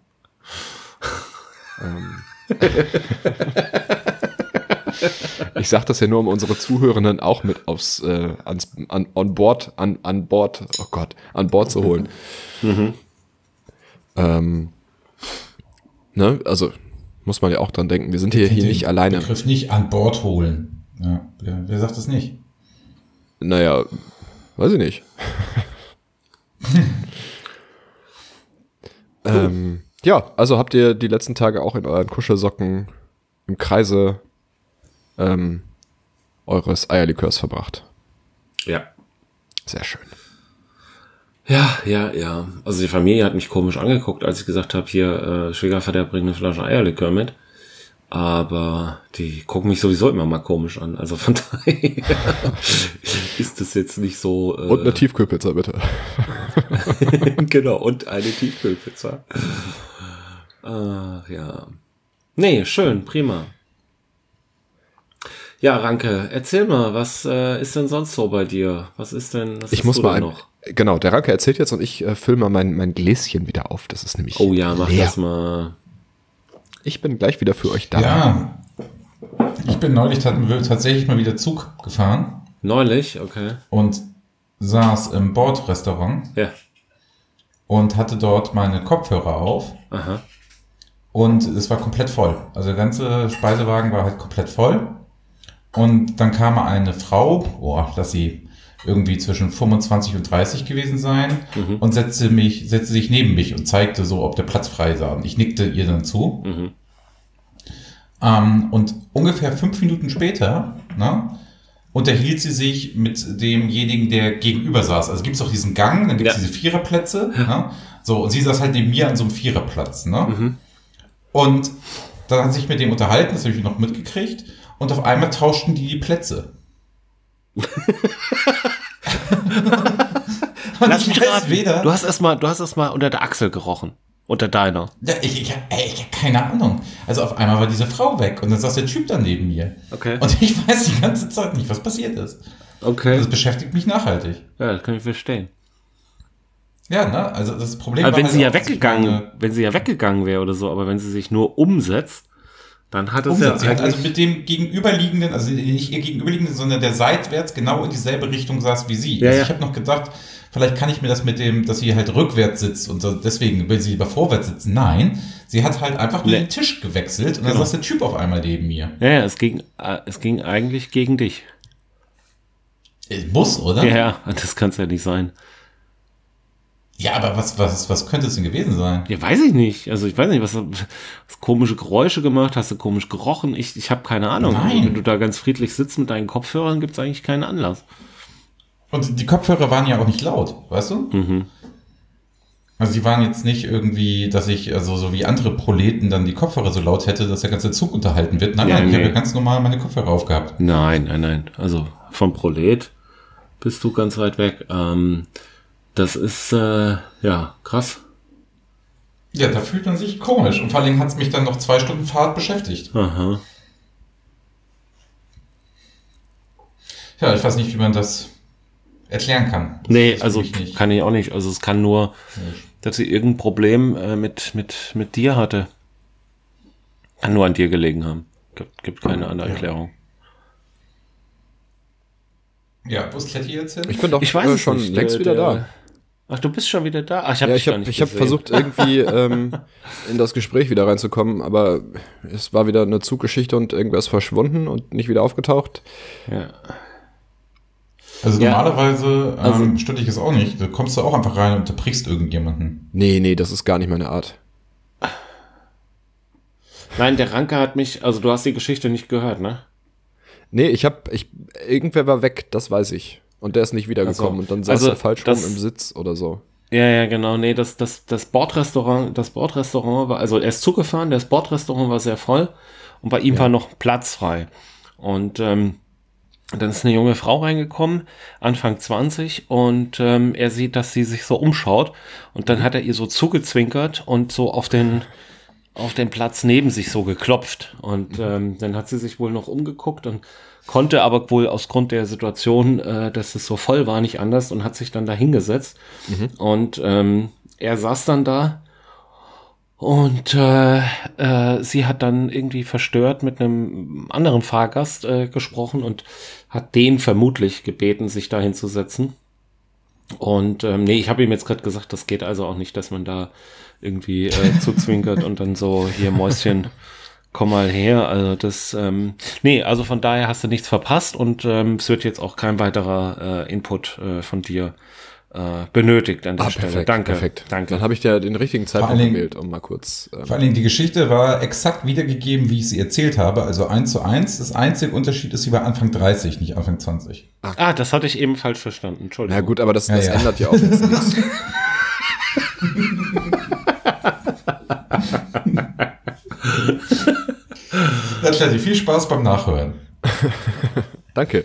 Ich sag das ja nur, um unsere Zuhörenden auch mit an Bord zu holen. Ne? Also muss man ja auch dran denken. Wir sind hier nicht alleine. Begriff nicht an Bord holen. Ja, wer sagt das nicht? Naja, weiß ich nicht. Ja, also habt ihr die letzten Tage auch in euren Kuschelsocken im Kreise eures Eierlikörs verbracht? Ja. Sehr schön. Ja. Also die Familie hat mich komisch angeguckt, als ich gesagt habe, hier, Schwiegervater bringt eine Flasche Eierlikör mit. Aber die gucken mich sowieso immer mal komisch an. Also von daher ist das jetzt nicht so... Und eine Tiefkühlpizza, bitte. Genau, und eine Tiefkühlpizza. Ja. Nee, schön, prima. Ja, Ranke, erzähl mal, was ist denn sonst so bei dir? Was ich muss mal noch? Genau, der Ranke erzählt jetzt und ich fülle mal mein Gläschen wieder auf. Das ist nämlich mach leer. Das mal. Ich bin gleich wieder für euch da. Ja, Ich bin neulich tatsächlich mal wieder Zug gefahren. Neulich, okay. Und saß im Bordrestaurant. Ja. Und hatte dort meine Kopfhörer auf. Aha. Und es war komplett voll. Also der ganze Speisewagen war halt komplett voll. Und dann kam eine Frau, lass sie irgendwie zwischen 25 und 30 gewesen sein, und setzte sich neben mich und zeigte so, ob der Platz frei sei. Und ich nickte ihr dann zu. Und ungefähr 5 Minuten später, unterhielt sie sich mit demjenigen, der gegenüber saß. Also gibt's auch diesen Gang, dann gibt's diese Viererplätze. So, und sie saß halt neben mir an so einem Viererplatz. Und dann hat sie sich mit dem unterhalten, das habe ich noch mitgekriegt. Und auf einmal tauschten die Plätze. Lass mich raten. Du hast erst mal unter der Achsel gerochen. Unter deiner. Ja, ich keine Ahnung. Also auf einmal war diese Frau weg und dann saß der Typ da neben mir. Okay. Und ich weiß die ganze Zeit nicht, was passiert ist. Okay. Das beschäftigt mich nachhaltig. Ja, das kann ich verstehen. Ja, ne? Also das Problem aber war wenn sie ja weggegangen wäre oder so, aber wenn sie sich nur umsetzt, dann hat es ja... Sie hat also mit dem Gegenüberliegenden, also nicht ihr Gegenüberliegenden, sondern der seitwärts genau in dieselbe Richtung saß wie sie. Ja, also ich habe noch gedacht, vielleicht kann ich mir das mit dem, dass sie halt rückwärts sitzt und so, deswegen will sie lieber vorwärts sitzen. Nein, sie hat halt einfach nur den Tisch gewechselt und dann saß der Typ auf einmal neben mir. Ja, es ging eigentlich gegen dich. Muss, oder? Ja, das kann es ja nicht sein. Ja, aber was könnte es denn gewesen sein? Ja, weiß ich nicht. Also ich weiß nicht, was komische Geräusche gemacht, hast du komisch gerochen? Ich habe keine Ahnung. Nein. Wenn du da ganz friedlich sitzt mit deinen Kopfhörern, gibt's eigentlich keinen Anlass. Und die Kopfhörer waren ja auch nicht laut, weißt du? Also die waren jetzt nicht irgendwie, dass ich, also so wie andere Proleten dann die Kopfhörer so laut hätte, dass der ganze Zug unterhalten wird. Nein, ich habe ja ganz normal meine Kopfhörer aufgehabt. Nein. Also vom Prolet bist du ganz weit weg. Das ist, krass. Ja, da fühlt man sich komisch. Und vor allem hat es mich dann noch 2 Stunden Fahrt beschäftigt. Aha. Ja, ich weiß nicht, wie man das erklären kann. Nee, also kann ich auch nicht. Also es kann nur, dass sie irgendein Problem mit dir hatte. Kann nur an dir gelegen haben. Gibt keine andere Erklärung. Ja, wo ist Kletti jetzt hin? Ich bin doch schon nicht, längst wieder da. Ach, du bist schon wieder da? Ach, ich hab versucht, irgendwie in das Gespräch wieder reinzukommen, aber es war wieder eine Zuggeschichte und irgendwer ist verschwunden und nicht wieder aufgetaucht. Ja. Also normalerweise stört dich es auch nicht. Da kommst du auch einfach rein und unterbrichst irgendjemanden. Nee, das ist gar nicht meine Art. Nein, der Ranke hat mich, also du hast die Geschichte nicht gehört, ne? Nee, irgendwer war weg, das weiß ich. Und der ist nicht wiedergekommen und dann saß er falsch rum im Sitz oder so. Ja, genau, nee, das Bordrestaurant war, also er ist zugefahren, das Bordrestaurant war sehr voll und bei ihm war noch Platz frei. Und dann ist eine junge Frau reingekommen, Anfang 20, und er sieht, dass sie sich so umschaut und dann hat er ihr so zugezwinkert und so auf den Platz neben sich so geklopft. Und dann hat sie sich wohl noch umgeguckt und konnte aber wohl aus Grund der Situation, dass es so voll war, nicht anders und hat sich dann da hingesetzt. Und er saß dann da und sie hat dann irgendwie verstört mit einem anderen Fahrgast gesprochen und hat den vermutlich gebeten, sich da hinzusetzen. Und ich habe ihm jetzt gerade gesagt, das geht also auch nicht, dass man da irgendwie zuzwinkert und dann so, hier Mäuschen, komm mal her. Also das, also von daher hast du nichts verpasst und es wird jetzt auch kein weiterer Input von dir benötigt an der Stelle. Perfekt. Danke. Dann habe ich dir den richtigen Zeitpunkt gewählt, um mal kurz... Vor allen Dingen, die Geschichte war exakt wiedergegeben, wie ich sie erzählt habe, also 1:1. Das einzige Unterschied ist, sie war Anfang 30, nicht Anfang 20. Das hatte ich eben falsch verstanden, Entschuldigung. Ja gut, aber das ändert ja auch jetzt nichts. Natürlich, viel Spaß beim Nachhören. Danke.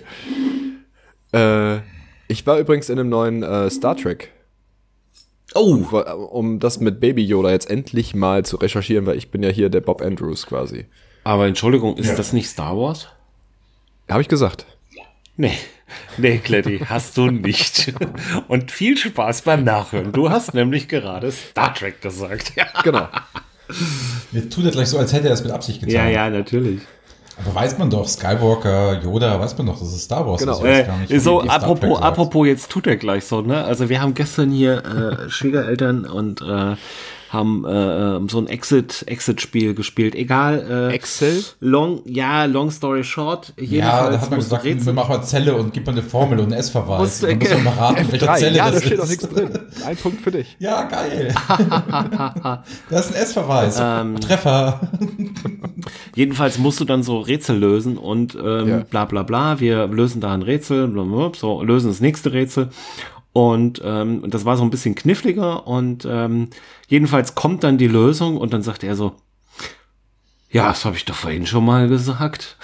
Ich war übrigens in einem neuen Star Trek. Oh! Um das mit Baby Yoda jetzt endlich mal zu recherchieren, weil ich bin ja hier der Bob Andrews quasi. Aber Entschuldigung, ist das nicht Star Wars? Habe ich gesagt. Nee, Kletti, hast du nicht. Und viel Spaß beim Nachhören. Du hast nämlich gerade Star Trek gesagt. Genau. Mir tut er gleich so, als hätte er es mit Absicht getan. Ja, natürlich. Aber weiß man doch, Skywalker, Yoda, weiß man doch, das ist Star Wars. Genau. Ich weiß gar nicht, So, wie Star Trek sagt. apropos, jetzt tut er gleich so, ne? Also wir haben gestern hier Schwiegereltern und haben so ein Exit-Spiel gespielt. Egal. Excel? Long story short. Ja, da hat man gesagt, wir machen eine Zelle und gibt man eine Formel und einen S-Verweis. Da muss man mal raten, welche Zelle Ja, da das steht ist. doch nichts drin. Ein Punkt für dich. Ja, geil. Das ist ein S-Verweis. Treffer. Jedenfalls musst du dann so Rätsel lösen und bla bla bla. Wir lösen da ein Rätsel, blablabla, so lösen das nächste Rätsel. Und das war so ein bisschen kniffliger und jedenfalls kommt dann die Lösung und dann sagt er so, ja, das habe ich doch vorhin schon mal gesagt.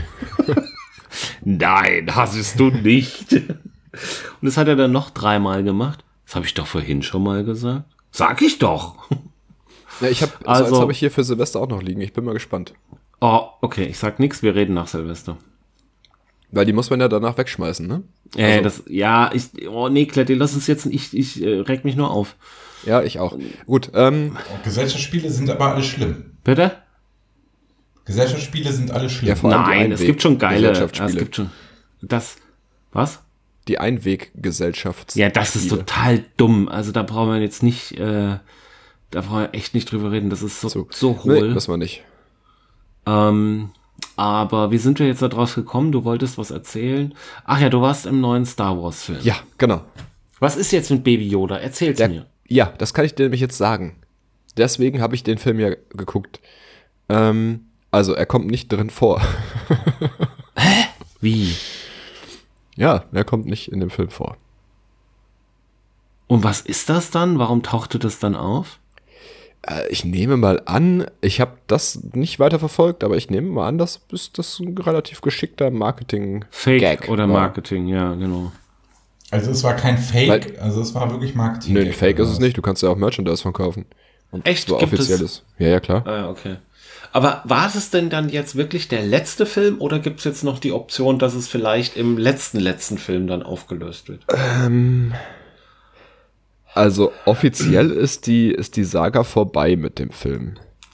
Nein, hast du nicht. Und das hat er dann noch 3-mal gemacht. Das habe ich doch vorhin schon mal gesagt. Sag ich doch. Ja, ich habe eins habe ich hier für Silvester auch noch liegen. Ich bin mal gespannt. Oh, okay, ich sag nichts, wir reden nach Silvester. Weil die muss man ja danach wegschmeißen, ne? Nee, Kletti, lass uns jetzt, ich reg mich nur auf. Ja, ich auch. Gut, Gesellschaftsspiele sind aber alle schlimm. Bitte? Gesellschaftsspiele sind alle schlimm. Ja, vor allem Nein, es gibt schon geile, Gesellschaftsspiele. es gibt schon, was? Die Einweggesellschaft. Ja, das ist total dumm, also da brauchen wir jetzt nicht, da brauchen wir echt nicht drüber reden, das ist so hohl. Nee, das war nicht. Aber wie sind wir jetzt da drauf gekommen? Du wolltest was erzählen. Ach ja, du warst im neuen Star Wars Film. Ja, genau. Was ist jetzt mit Baby Yoda? Erzähl's mir. Ja, das kann ich dir nämlich jetzt sagen. Deswegen habe ich den Film ja geguckt. Also, er kommt nicht drin vor. Hä? Wie? Ja, er kommt nicht in dem Film vor. Und was ist das dann? Warum tauchte das dann auf? Ich nehme mal an, ich habe das nicht weiter verfolgt, aber ich nehme mal an, das ist ein relativ geschickter Marketing-Gag oder Marketing, ja, genau. Also es war kein Fake, also es war wirklich Marketing. Nö, Fake ist es nicht, du kannst ja auch Merchandise von kaufen. Und echt? So offiziell ist. Ja, klar. Ah, okay. Aber war es denn dann jetzt wirklich der letzte Film oder gibt es jetzt noch die Option, dass es vielleicht im letzten Film dann aufgelöst wird? Also offiziell ist die Saga vorbei mit dem Film.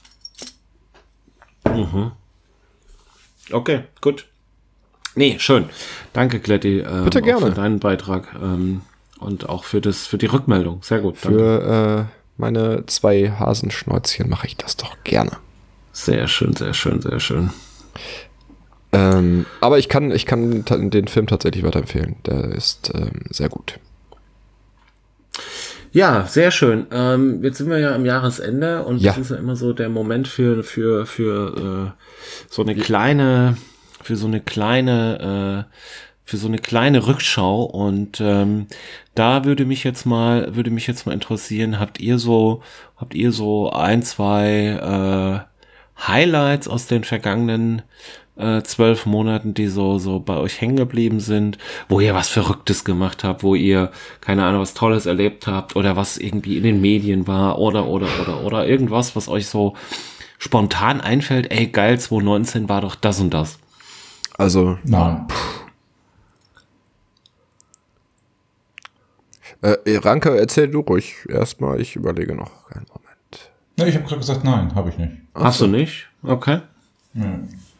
Mhm. Okay, gut. Nee, schön. Danke, Kletti. Bitte gerne. Für deinen Beitrag und auch für die Rückmeldung. Sehr gut. Danke. Für meine 2 Hasenschnäuzchen mache ich das doch gerne. Sehr schön, sehr schön, sehr schön. Aber ich kann den Film tatsächlich weiterempfehlen. Der ist sehr gut. Ja, sehr schön. Jetzt sind wir ja am Jahresende und Ja. das ist ja immer so der Moment für so eine kleine Rückschau und da würde mich jetzt mal interessieren, habt ihr so 1, 2 Highlights aus den vergangenen 12 Monaten, die so bei euch hängen geblieben sind, wo ihr was Verrücktes gemacht habt, wo ihr, keine Ahnung, was Tolles erlebt habt oder was irgendwie in den Medien war oder irgendwas, was euch so spontan einfällt, ey geil, 2019 war doch das und das. Also, Nein. Ranke, erzähl du ruhig erstmal, ich überlege noch einen Moment. Ja, ich habe gerade gesagt, nein, habe ich nicht. Hast du nicht? Okay. Ja.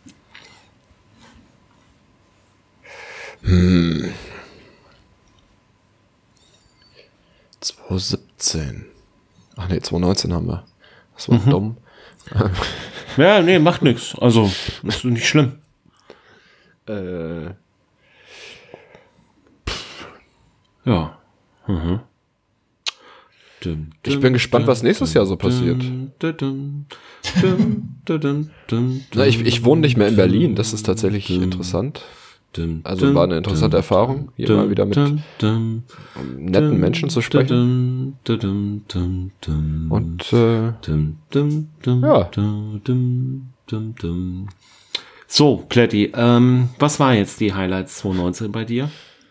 2017. Ach nee, 2019 haben wir. Das war dumm. Ja, nee, macht nix. Also, ist nicht schlimm. Ja. Mhm. Ich bin gespannt, was nächstes Jahr so passiert. Na, ich wohne nicht mehr in Berlin, das ist tatsächlich interessant. Also war eine interessante Erfahrung, hier mal wieder mit netten Menschen zu sprechen. Und ja. So, Kletti, was war jetzt die Highlights 2019 bei dir?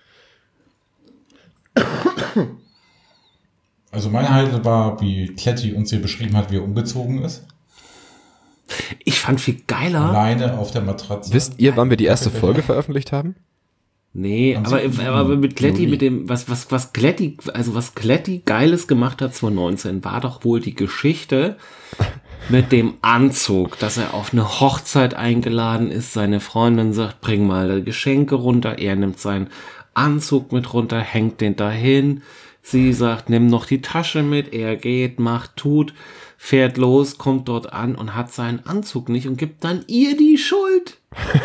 Also mein Highlight war, wie Kletti uns hier beschrieben hat, wie er umgezogen ist. Ich fand viel geiler. Alleine auf der Matratze. Wisst ihr, wann wir die erste Folge veröffentlicht haben? Nee, aber mit Kletti, mit dem, was Kletti Geiles gemacht hat 2019, war doch wohl die Geschichte, mit dem Anzug, dass er auf eine Hochzeit eingeladen ist. Seine Freundin sagt, bring mal die Geschenke runter. Er nimmt seinen Anzug mit runter, hängt den dahin. Sie sagt, nimm noch die Tasche mit. Er geht, macht, tut, fährt los, kommt dort an und hat seinen Anzug nicht und gibt dann ihr die Schuld.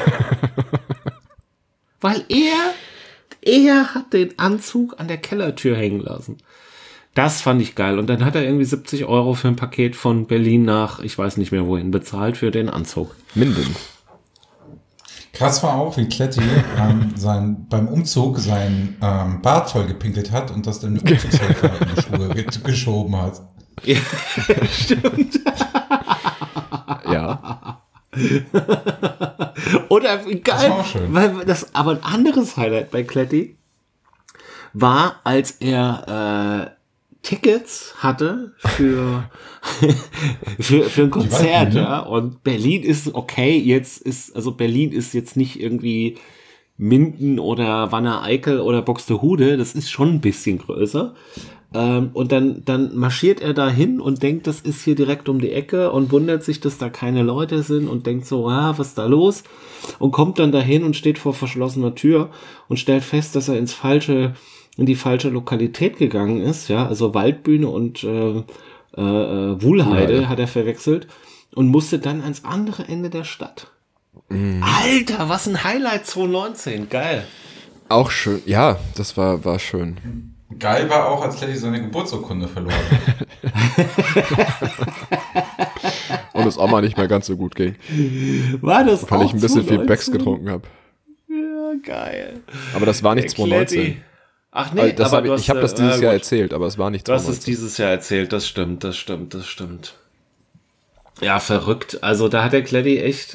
Weil er hat den Anzug an der Kellertür hängen lassen. Das fand ich geil. Und dann hat er irgendwie 70 € für ein Paket von Berlin nach, ich weiß nicht mehr wohin, bezahlt für den Anzug. Minden. Krass war auch, wie Kletti beim Umzug sein Bart voll gepinkelt hat und das dann mit Umzugshelfer in die Schuhe geschoben hat. Ja, stimmt. Ja. Oder wie geil, Das war auch schön. weil das aber ein anderes Highlight bei Kletti war, als er Tickets hatte für ein Konzert, Waldbühne. ja, und Berlin ist okay, Berlin ist jetzt nicht irgendwie Minden oder Wanne-Eickel oder Buxtehude, das ist schon ein bisschen größer. Und dann marschiert er da hin und denkt, das ist hier direkt um die Ecke und wundert sich, dass da keine Leute sind und denkt so, was ist da los? Und kommt dann dahin und steht vor verschlossener Tür und stellt fest, dass er in die falsche Lokalität gegangen ist, ja, also Waldbühne und Wuhlheide hat er verwechselt und musste dann ans andere Ende der Stadt. Alter, was ein Highlight 2019, geil. Auch schön. Ja, das war schön. Geil war auch, als Kletti seine Geburtsurkunde verloren hat. Und es auch mal nicht mehr ganz so gut ging. War das Weil auch ich ein bisschen viel 2019? Becks getrunken habe. Ja, geil. Aber das war nicht Der Kletti. 2019. Ach nee, Das aber ich habe das dieses Jahr erzählt, aber es war nicht Du hast 2019. es dieses Jahr erzählt, das stimmt. Ja, verrückt. Also da hat der Kletti echt,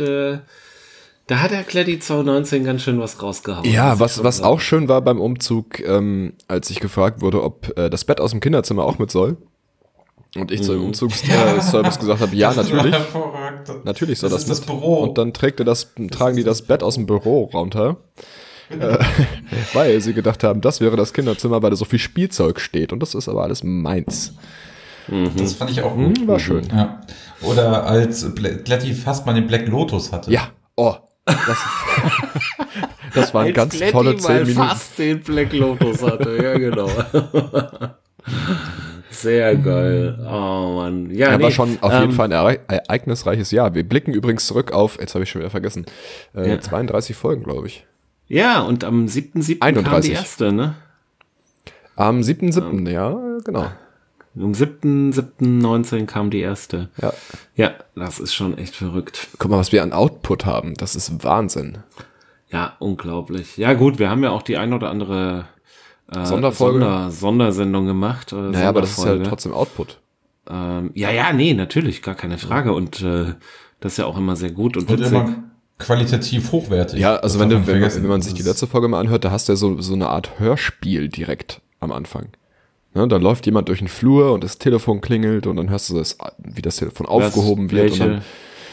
2019 ganz schön was rausgehauen. Ja, muss ich was schon auch schön war beim Umzug, als ich gefragt wurde, ob das Bett aus dem Kinderzimmer auch mit soll. Und ich zu dem Umzugsservice gesagt habe, ja, Das war natürlich. hervorragend. Natürlich soll Das das ist das mit. Büro. Und dann tragen die das Bett aus dem Büro runter. Weil sie gedacht haben, das wäre das Kinderzimmer, weil da so viel Spielzeug steht. Und das ist aber alles meins. Das fand ich auch gut. War schön. Ja. Oder als Kletti fast mal den Black Lotus hatte. Ja, das waren Als ganz Kletti tolle mal 10 Minuten. fast den Black Lotus hatte, ja genau. Sehr geil. Oh Mann. Ja, Ja, nee, war schon auf jeden Fall ein ereignisreiches Jahr. Wir blicken übrigens zurück auf, jetzt habe ich schon wieder vergessen, 32 Folgen, glaube ich. Ja, und am 7.7. kam 31. die erste, ne? Am 7.7., ja, genau. Am 7.7.19 kam die erste. Ja. Ja, das ist schon echt verrückt. Guck mal, was wir an Output haben. Das ist Wahnsinn. Ja, unglaublich. Ja gut, wir haben ja auch die ein oder andere Sonderfolge. Sondersendung gemacht. Naja, aber das ist ja Sonderfolge. trotzdem Output. Nee, natürlich, gar keine Frage. Und das ist ja auch immer sehr gut und Und witzig. immer qualitativ hochwertig. Ja, also Das wenn darf man vergessen. man sich die letzte Folge mal anhört, da hast du ja so eine Art Hörspiel direkt am Anfang. Ne, da läuft jemand durch den Flur und das Telefon klingelt und dann hörst du das, wie das Telefon aufgehoben wird. Und dann,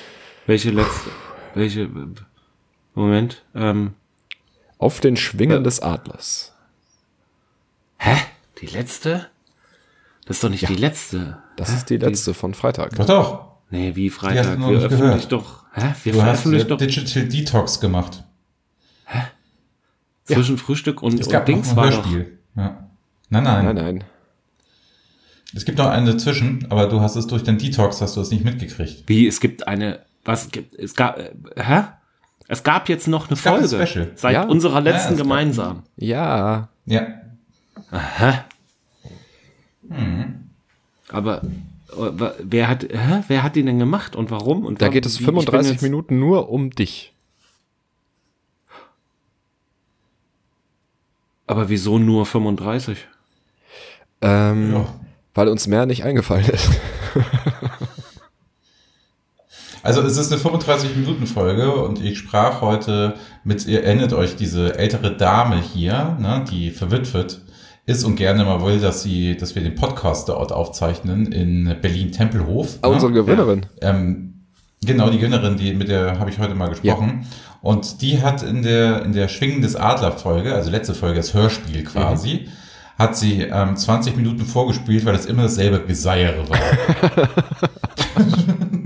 welche Moment. auf den Schwingen des Adlers. Hä? Die letzte? Das ist doch nicht die letzte. Das ist die letzte von Freitag. Doch. Nee, wie Die hast Freitag? du noch Wir nicht öffentlich gehört. doch. Hä? Wir Du hast veröffentlichen doch Digital Detox gemacht. zwischen Frühstück und Es gab Dings noch war ein doch. Hörspiel. Ja. Nein. Nein. Es gibt noch eine dazwischen, aber du hast es durch den Detox, hast du es nicht mitgekriegt. Wie, es gibt eine, es gab jetzt noch eine gab ein Folge. Special. Seit Ja. unserer letzten Ja, es gab- gemeinsam. Ja. Ja. Aber wer hat die denn gemacht und warum? Und Da geht es 35 Minuten nur um dich. Aber wieso nur 35? Ja. Weil uns mehr nicht eingefallen ist. Also es ist eine 35-Minuten-Folge und ich sprach heute mit, ihr erinnert euch, diese ältere Dame hier, ne, die verwitwet ist und gerne mal will, dass wir den Podcast dort aufzeichnen in Berlin-Tempelhof. Unsere Gewinnerin. Genau, die Gewinnerin, mit der habe ich heute mal gesprochen. Und die hat in der Schwingen des Adler-Folge, also letzte Folge, das Hörspiel quasi, hat sie 20 Minuten vorgespielt, weil das immer dasselbe Geseiere war.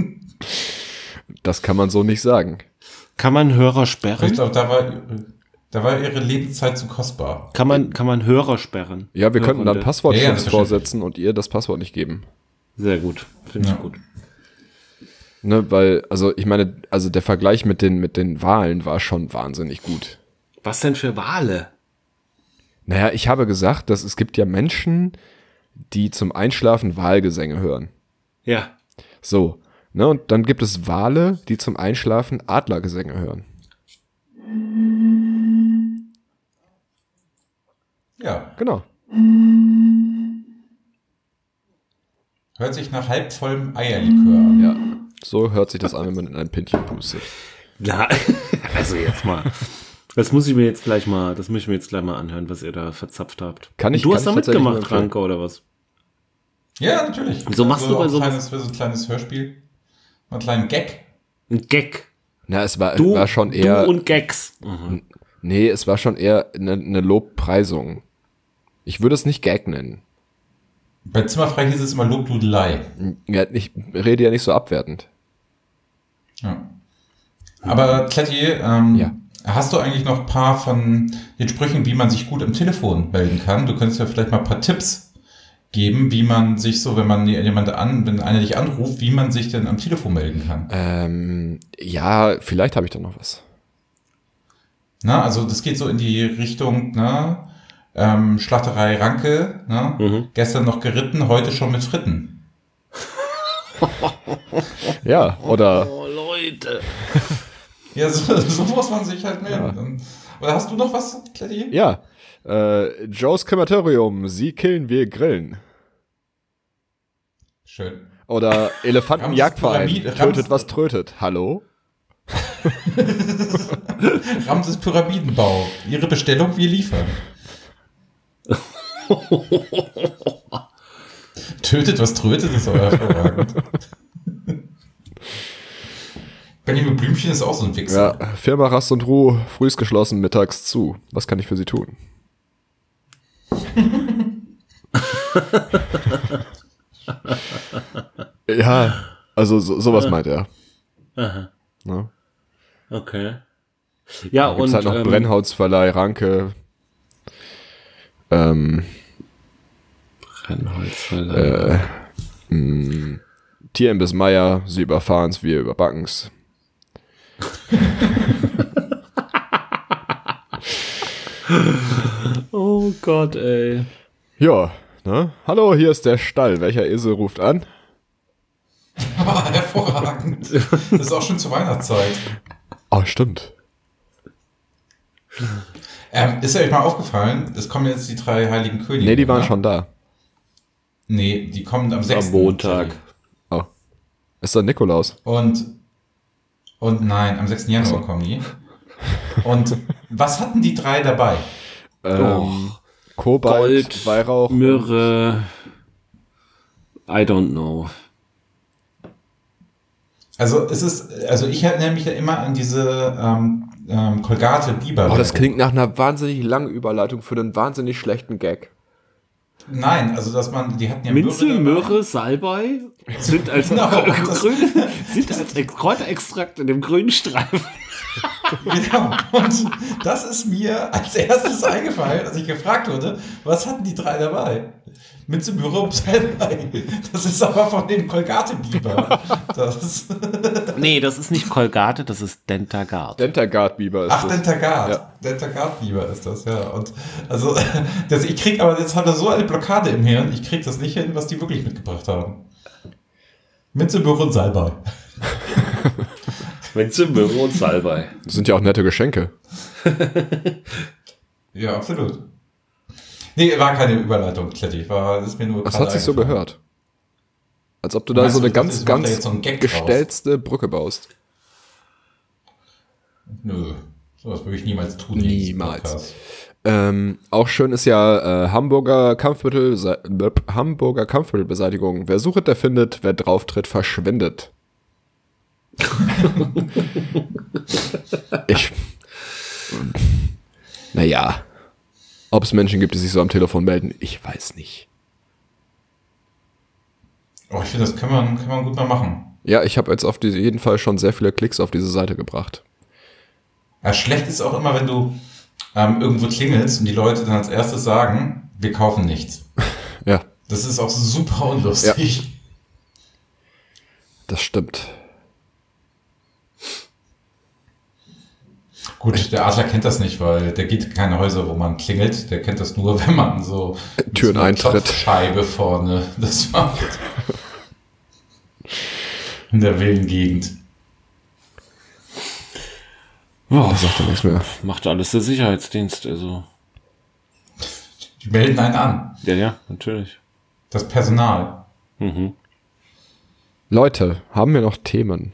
Das kann man so nicht sagen. Kann man Hörer sperren? Ich glaube, da war ihre Lebenszeit zu kostbar. Kann man Hörer sperren? Ja, wir könnten dann Passwortschutz Ja, vorsetzen und ihr das Passwort nicht geben. Sehr gut, finde ich gut. Ne, weil, also ich meine, also der Vergleich mit den Wahlen war schon wahnsinnig gut. Was denn für Wale? Naja, ich habe gesagt, dass es gibt ja Menschen, die zum Einschlafen Wahlgesänge hören. Ja. So, ne, und dann gibt es Wale, die zum Einschlafen Adlergesänge hören. Ja. Genau. Hört sich nach halbvollem Eierlikör an. Ja, so hört sich das an, wenn man in ein Pintchen pustet. Ja, also jetzt mal. Das muss ich mir jetzt gleich mal anhören, was ihr da verzapft habt. Du hast da mitgemacht, Ranke, oder was? Ja, natürlich. Wieso machst du bei so ein kleines Hörspiel? Einen kleinen Gag? Ein Gag. Na, es war schon eher. Du und Gags. Mhm. Nee, es war schon eher eine Lobpreisung. Ich würde es nicht Gag nennen. Bei Zimmerfrei hieß es immer Lobdudelei. Ja, ich rede ja nicht so abwertend. Ja. Aber Kletti, hast du eigentlich noch ein paar von den Sprüchen, wie man sich gut am Telefon melden kann? Du könntest ja vielleicht mal ein paar Tipps geben, wie man sich so, wenn einer dich anruft, wie man sich denn am Telefon melden kann. Ja, vielleicht habe ich da noch was. Na, also das geht so in die Richtung, ne? Schlachterei Ranke, ne? Gestern noch geritten, heute schon mit Fritten. Ja, oder... Oh, Leute. Ja, so muss man sich halt melden. Ja. Oder hast du noch was, Kletti? Ja, Joes Krematorium, sie killen, wir grillen. Schön. Oder Elefantenjagdverein, tötet, was trötet. Hallo? Ramses Pyramidenbau, Ihre Bestellung, wir liefern. Tötet, was trötet, ist aber hervorragend. Benjamin Blümchen ist auch so ein Wichser. Ja, Firma Rast und Ruhe, frühst geschlossen, mittags zu. Was kann ich für Sie tun? Ja, also sowas meint er. Aha. Ne? Okay. Ja, und halt noch Brennholzverleih, Ranke. Brennholzverleih. Tierimbiss Meier, sie überfahren's, wir überbacken's. Oh Gott, ey. Ja, ne? Hallo, hier ist der Stall. Welcher Esel ruft an? Hervorragend. Das ist auch schon zur Weihnachtszeit. Oh, stimmt. Ist euch mal aufgefallen, es kommen jetzt die 3 heiligen Könige. Nee, die waren schon da. Nee, die kommen am 6. Am Montag. Oh. Ist doch Nikolaus. Und nein, am 6. Januar kommen die. Und was hatten die 3 dabei? Kobalt, Gold, Weihrauch, Myrrhe. I don't know. Also ich erinnere mich ja immer an diese Colgate Biber. Oh, das klingt nach einer wahnsinnig langen Überleitung für einen wahnsinnig schlechten Gag. Nein, also dass die hatten ja Minze, Myrrhe, Salbei sind als Kräuterextrakt in dem grünen Streifen. Genau. Und das ist mir als erstes eingefallen, als ich gefragt wurde, was hatten die 3 dabei? Minze, Myrrhe und Salbei. Das ist aber von dem Colgate-Biber. Nee, das ist nicht Colgate, das ist Dentagard. Dentagard-Biber ist das. Ach, Dentagard. Ja. Dentagard-Biber ist das, ja. Und also, ich krieg aber, jetzt hat er so eine Blockade im Hirn, ich krieg das nicht hin, was die wirklich mitgebracht haben. Minze, Myrrhe und Salbei. Minze, Myrrhe und Salbei. Das sind ja auch nette Geschenke. Ja, absolut. Nee, war keine Überleitung, Kletti. Ist mir nur das hat sich so gehört. Als ob du da so eine ganz gestellte Brücke baust. Nö, sowas würde ich niemals tun. Niemals. Auch schön ist ja Hamburger Kampfmittelbeseitigung. Wer sucht, der findet. Wer drauftritt, verschwindet. Naja. Ob es Menschen gibt, die sich so am Telefon melden, ich weiß nicht. Oh, ich finde, das kann man gut mal machen. Ja, ich habe jetzt auf jeden Fall schon sehr viele Klicks auf diese Seite gebracht. Ja, schlecht ist auch immer, wenn du irgendwo klingelst und die Leute dann als erstes sagen, wir kaufen nichts. Ja. Das ist auch super unlustig. Ja. Das stimmt. Gut, der Adler kennt das nicht, weil der geht in keine Häuser, wo man klingelt. Der kennt das nur, wenn man so Türen eintritt. Scheibe vorne das macht. In der wilden Gegend. Ja, Da sagt er nichts mehr. macht alles der Sicherheitsdienst, also. Die melden einen an. Ja, natürlich. Das Personal. Mhm. Leute, haben wir noch Themen?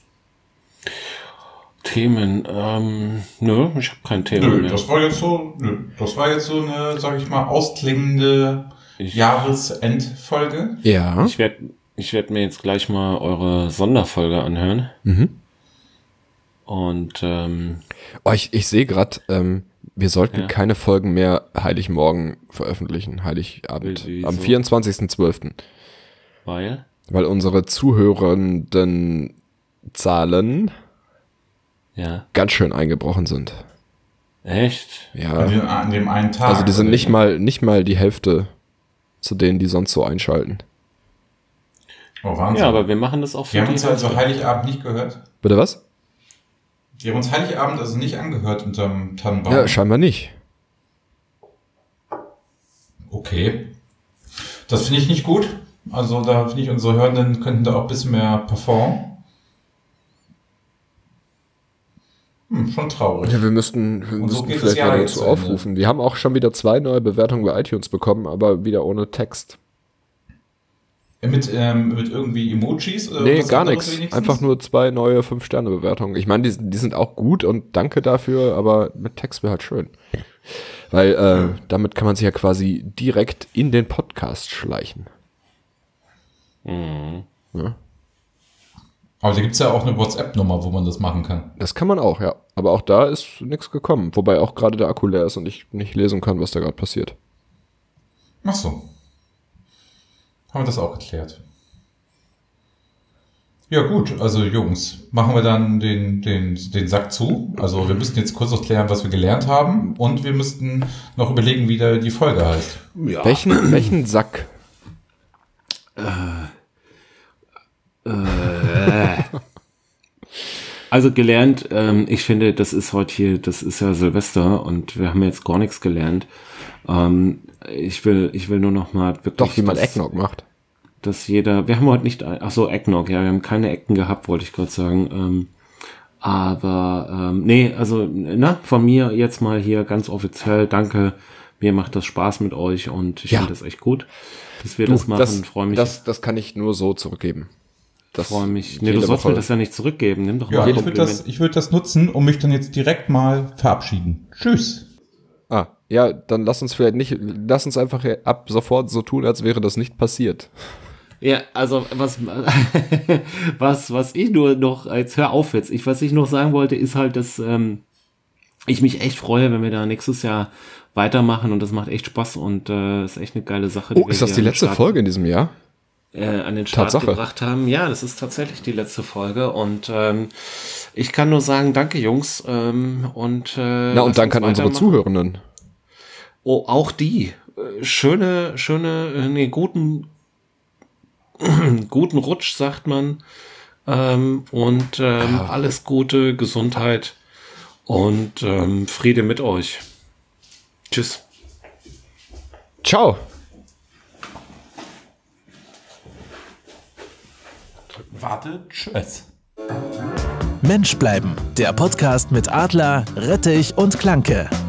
Themen, nö, ich habe kein Thema Nö, mehr. das war jetzt so eine, sag ich mal, ausklingende Jahresendfolge. Ja. Ich werd mir jetzt gleich mal eure Sonderfolge anhören. Mhm. Und Oh, ich sehe gerade, wir sollten keine Folgen mehr Heiligmorgen veröffentlichen, Heiligabend, Wieso? am 24.12. weil? Weil unsere zuhörenden Zahlen ganz schön eingebrochen sind. Echt? Ja. An dem einen Tag. Also die sind nicht mal die Hälfte zu denen, die sonst so einschalten. Oh, Wahnsinn. Ja, aber wir machen das auch für Die haben die uns also Hälfte. Heiligabend nicht gehört. Bitte was? Die haben uns Heiligabend also nicht angehört unterm Tannenbaum. Ja, scheinbar nicht. Okay. Das finde ich nicht gut. Also da finde ich, unsere Hörenden könnten da auch ein bisschen mehr performen. Schon traurig. Ja, wir müssten so geht es vielleicht ja mal jetzt dazu zu Ende. aufrufen. Wir haben auch schon wieder 2 neue Bewertungen bei iTunes bekommen, aber wieder ohne Text. Mit irgendwie Emojis? Oder Nee, was gar anderes nichts. wenigstens? Einfach nur 2 neue 5-Sterne-Bewertungen. Ich meine, die sind auch gut und danke dafür, aber mit Text wäre halt schön. Weil damit kann man sich ja quasi direkt in den Podcast schleichen. Mhm. Ja. Aber da gibt's ja auch eine WhatsApp-Nummer, wo man das machen kann. Das kann man auch, ja. Aber auch da ist nichts gekommen. Wobei auch gerade der Akku leer ist und ich nicht lesen kann, was da gerade passiert. Ach so. Haben wir das auch geklärt. Ja gut, also Jungs, machen wir dann den Sack zu. Also wir müssten jetzt kurz noch klären, was wir gelernt haben. Und wir müssten noch überlegen, wie die Folge heißt. Ja. Welchen Sack? Also gelernt, ich finde, das ist heute hier, das ist ja Silvester und wir haben jetzt gar nichts gelernt. Ich will nur noch mal wirklich... Doch, wie man Eggnog macht. Dass jeder, wir haben heute nicht, ach so, Eggnog, ja, wir haben keine Ecken gehabt, wollte ich gerade sagen. Nee, also, von mir jetzt mal hier ganz offiziell, danke, mir macht das Spaß mit euch und ich finde das echt gut, dass wir das machen, freue mich. Das kann ich nur so zurückgeben. Freue mich. Nee, du sollst mir das ja nicht zurückgeben, nimm doch mal ein ich Kompliment. würde das nutzen, um mich dann jetzt direkt mal verabschieden. Tschüss. Ja, dann lass uns einfach ab sofort so tun, als wäre das nicht passiert. Ja, also was ich nur noch, jetzt hör auf jetzt, was ich noch sagen wollte, ist halt, dass ich mich echt freue, wenn wir da nächstes Jahr weitermachen und das macht echt Spaß und ist echt eine geile Sache. Oh, ist das die letzte Folge in diesem Jahr? An den Start gebracht haben. Ja, das ist tatsächlich die letzte Folge und ich kann nur sagen, danke Jungs und danke an unsere Zuhörenden. Oh, auch die. Guten Rutsch, sagt man. Alles Gute, Gesundheit und Friede mit euch. Tschüss. Ciao. Warte, tschüss. Mensch bleiben, der Podcast mit Adler, Rettich und Klanke.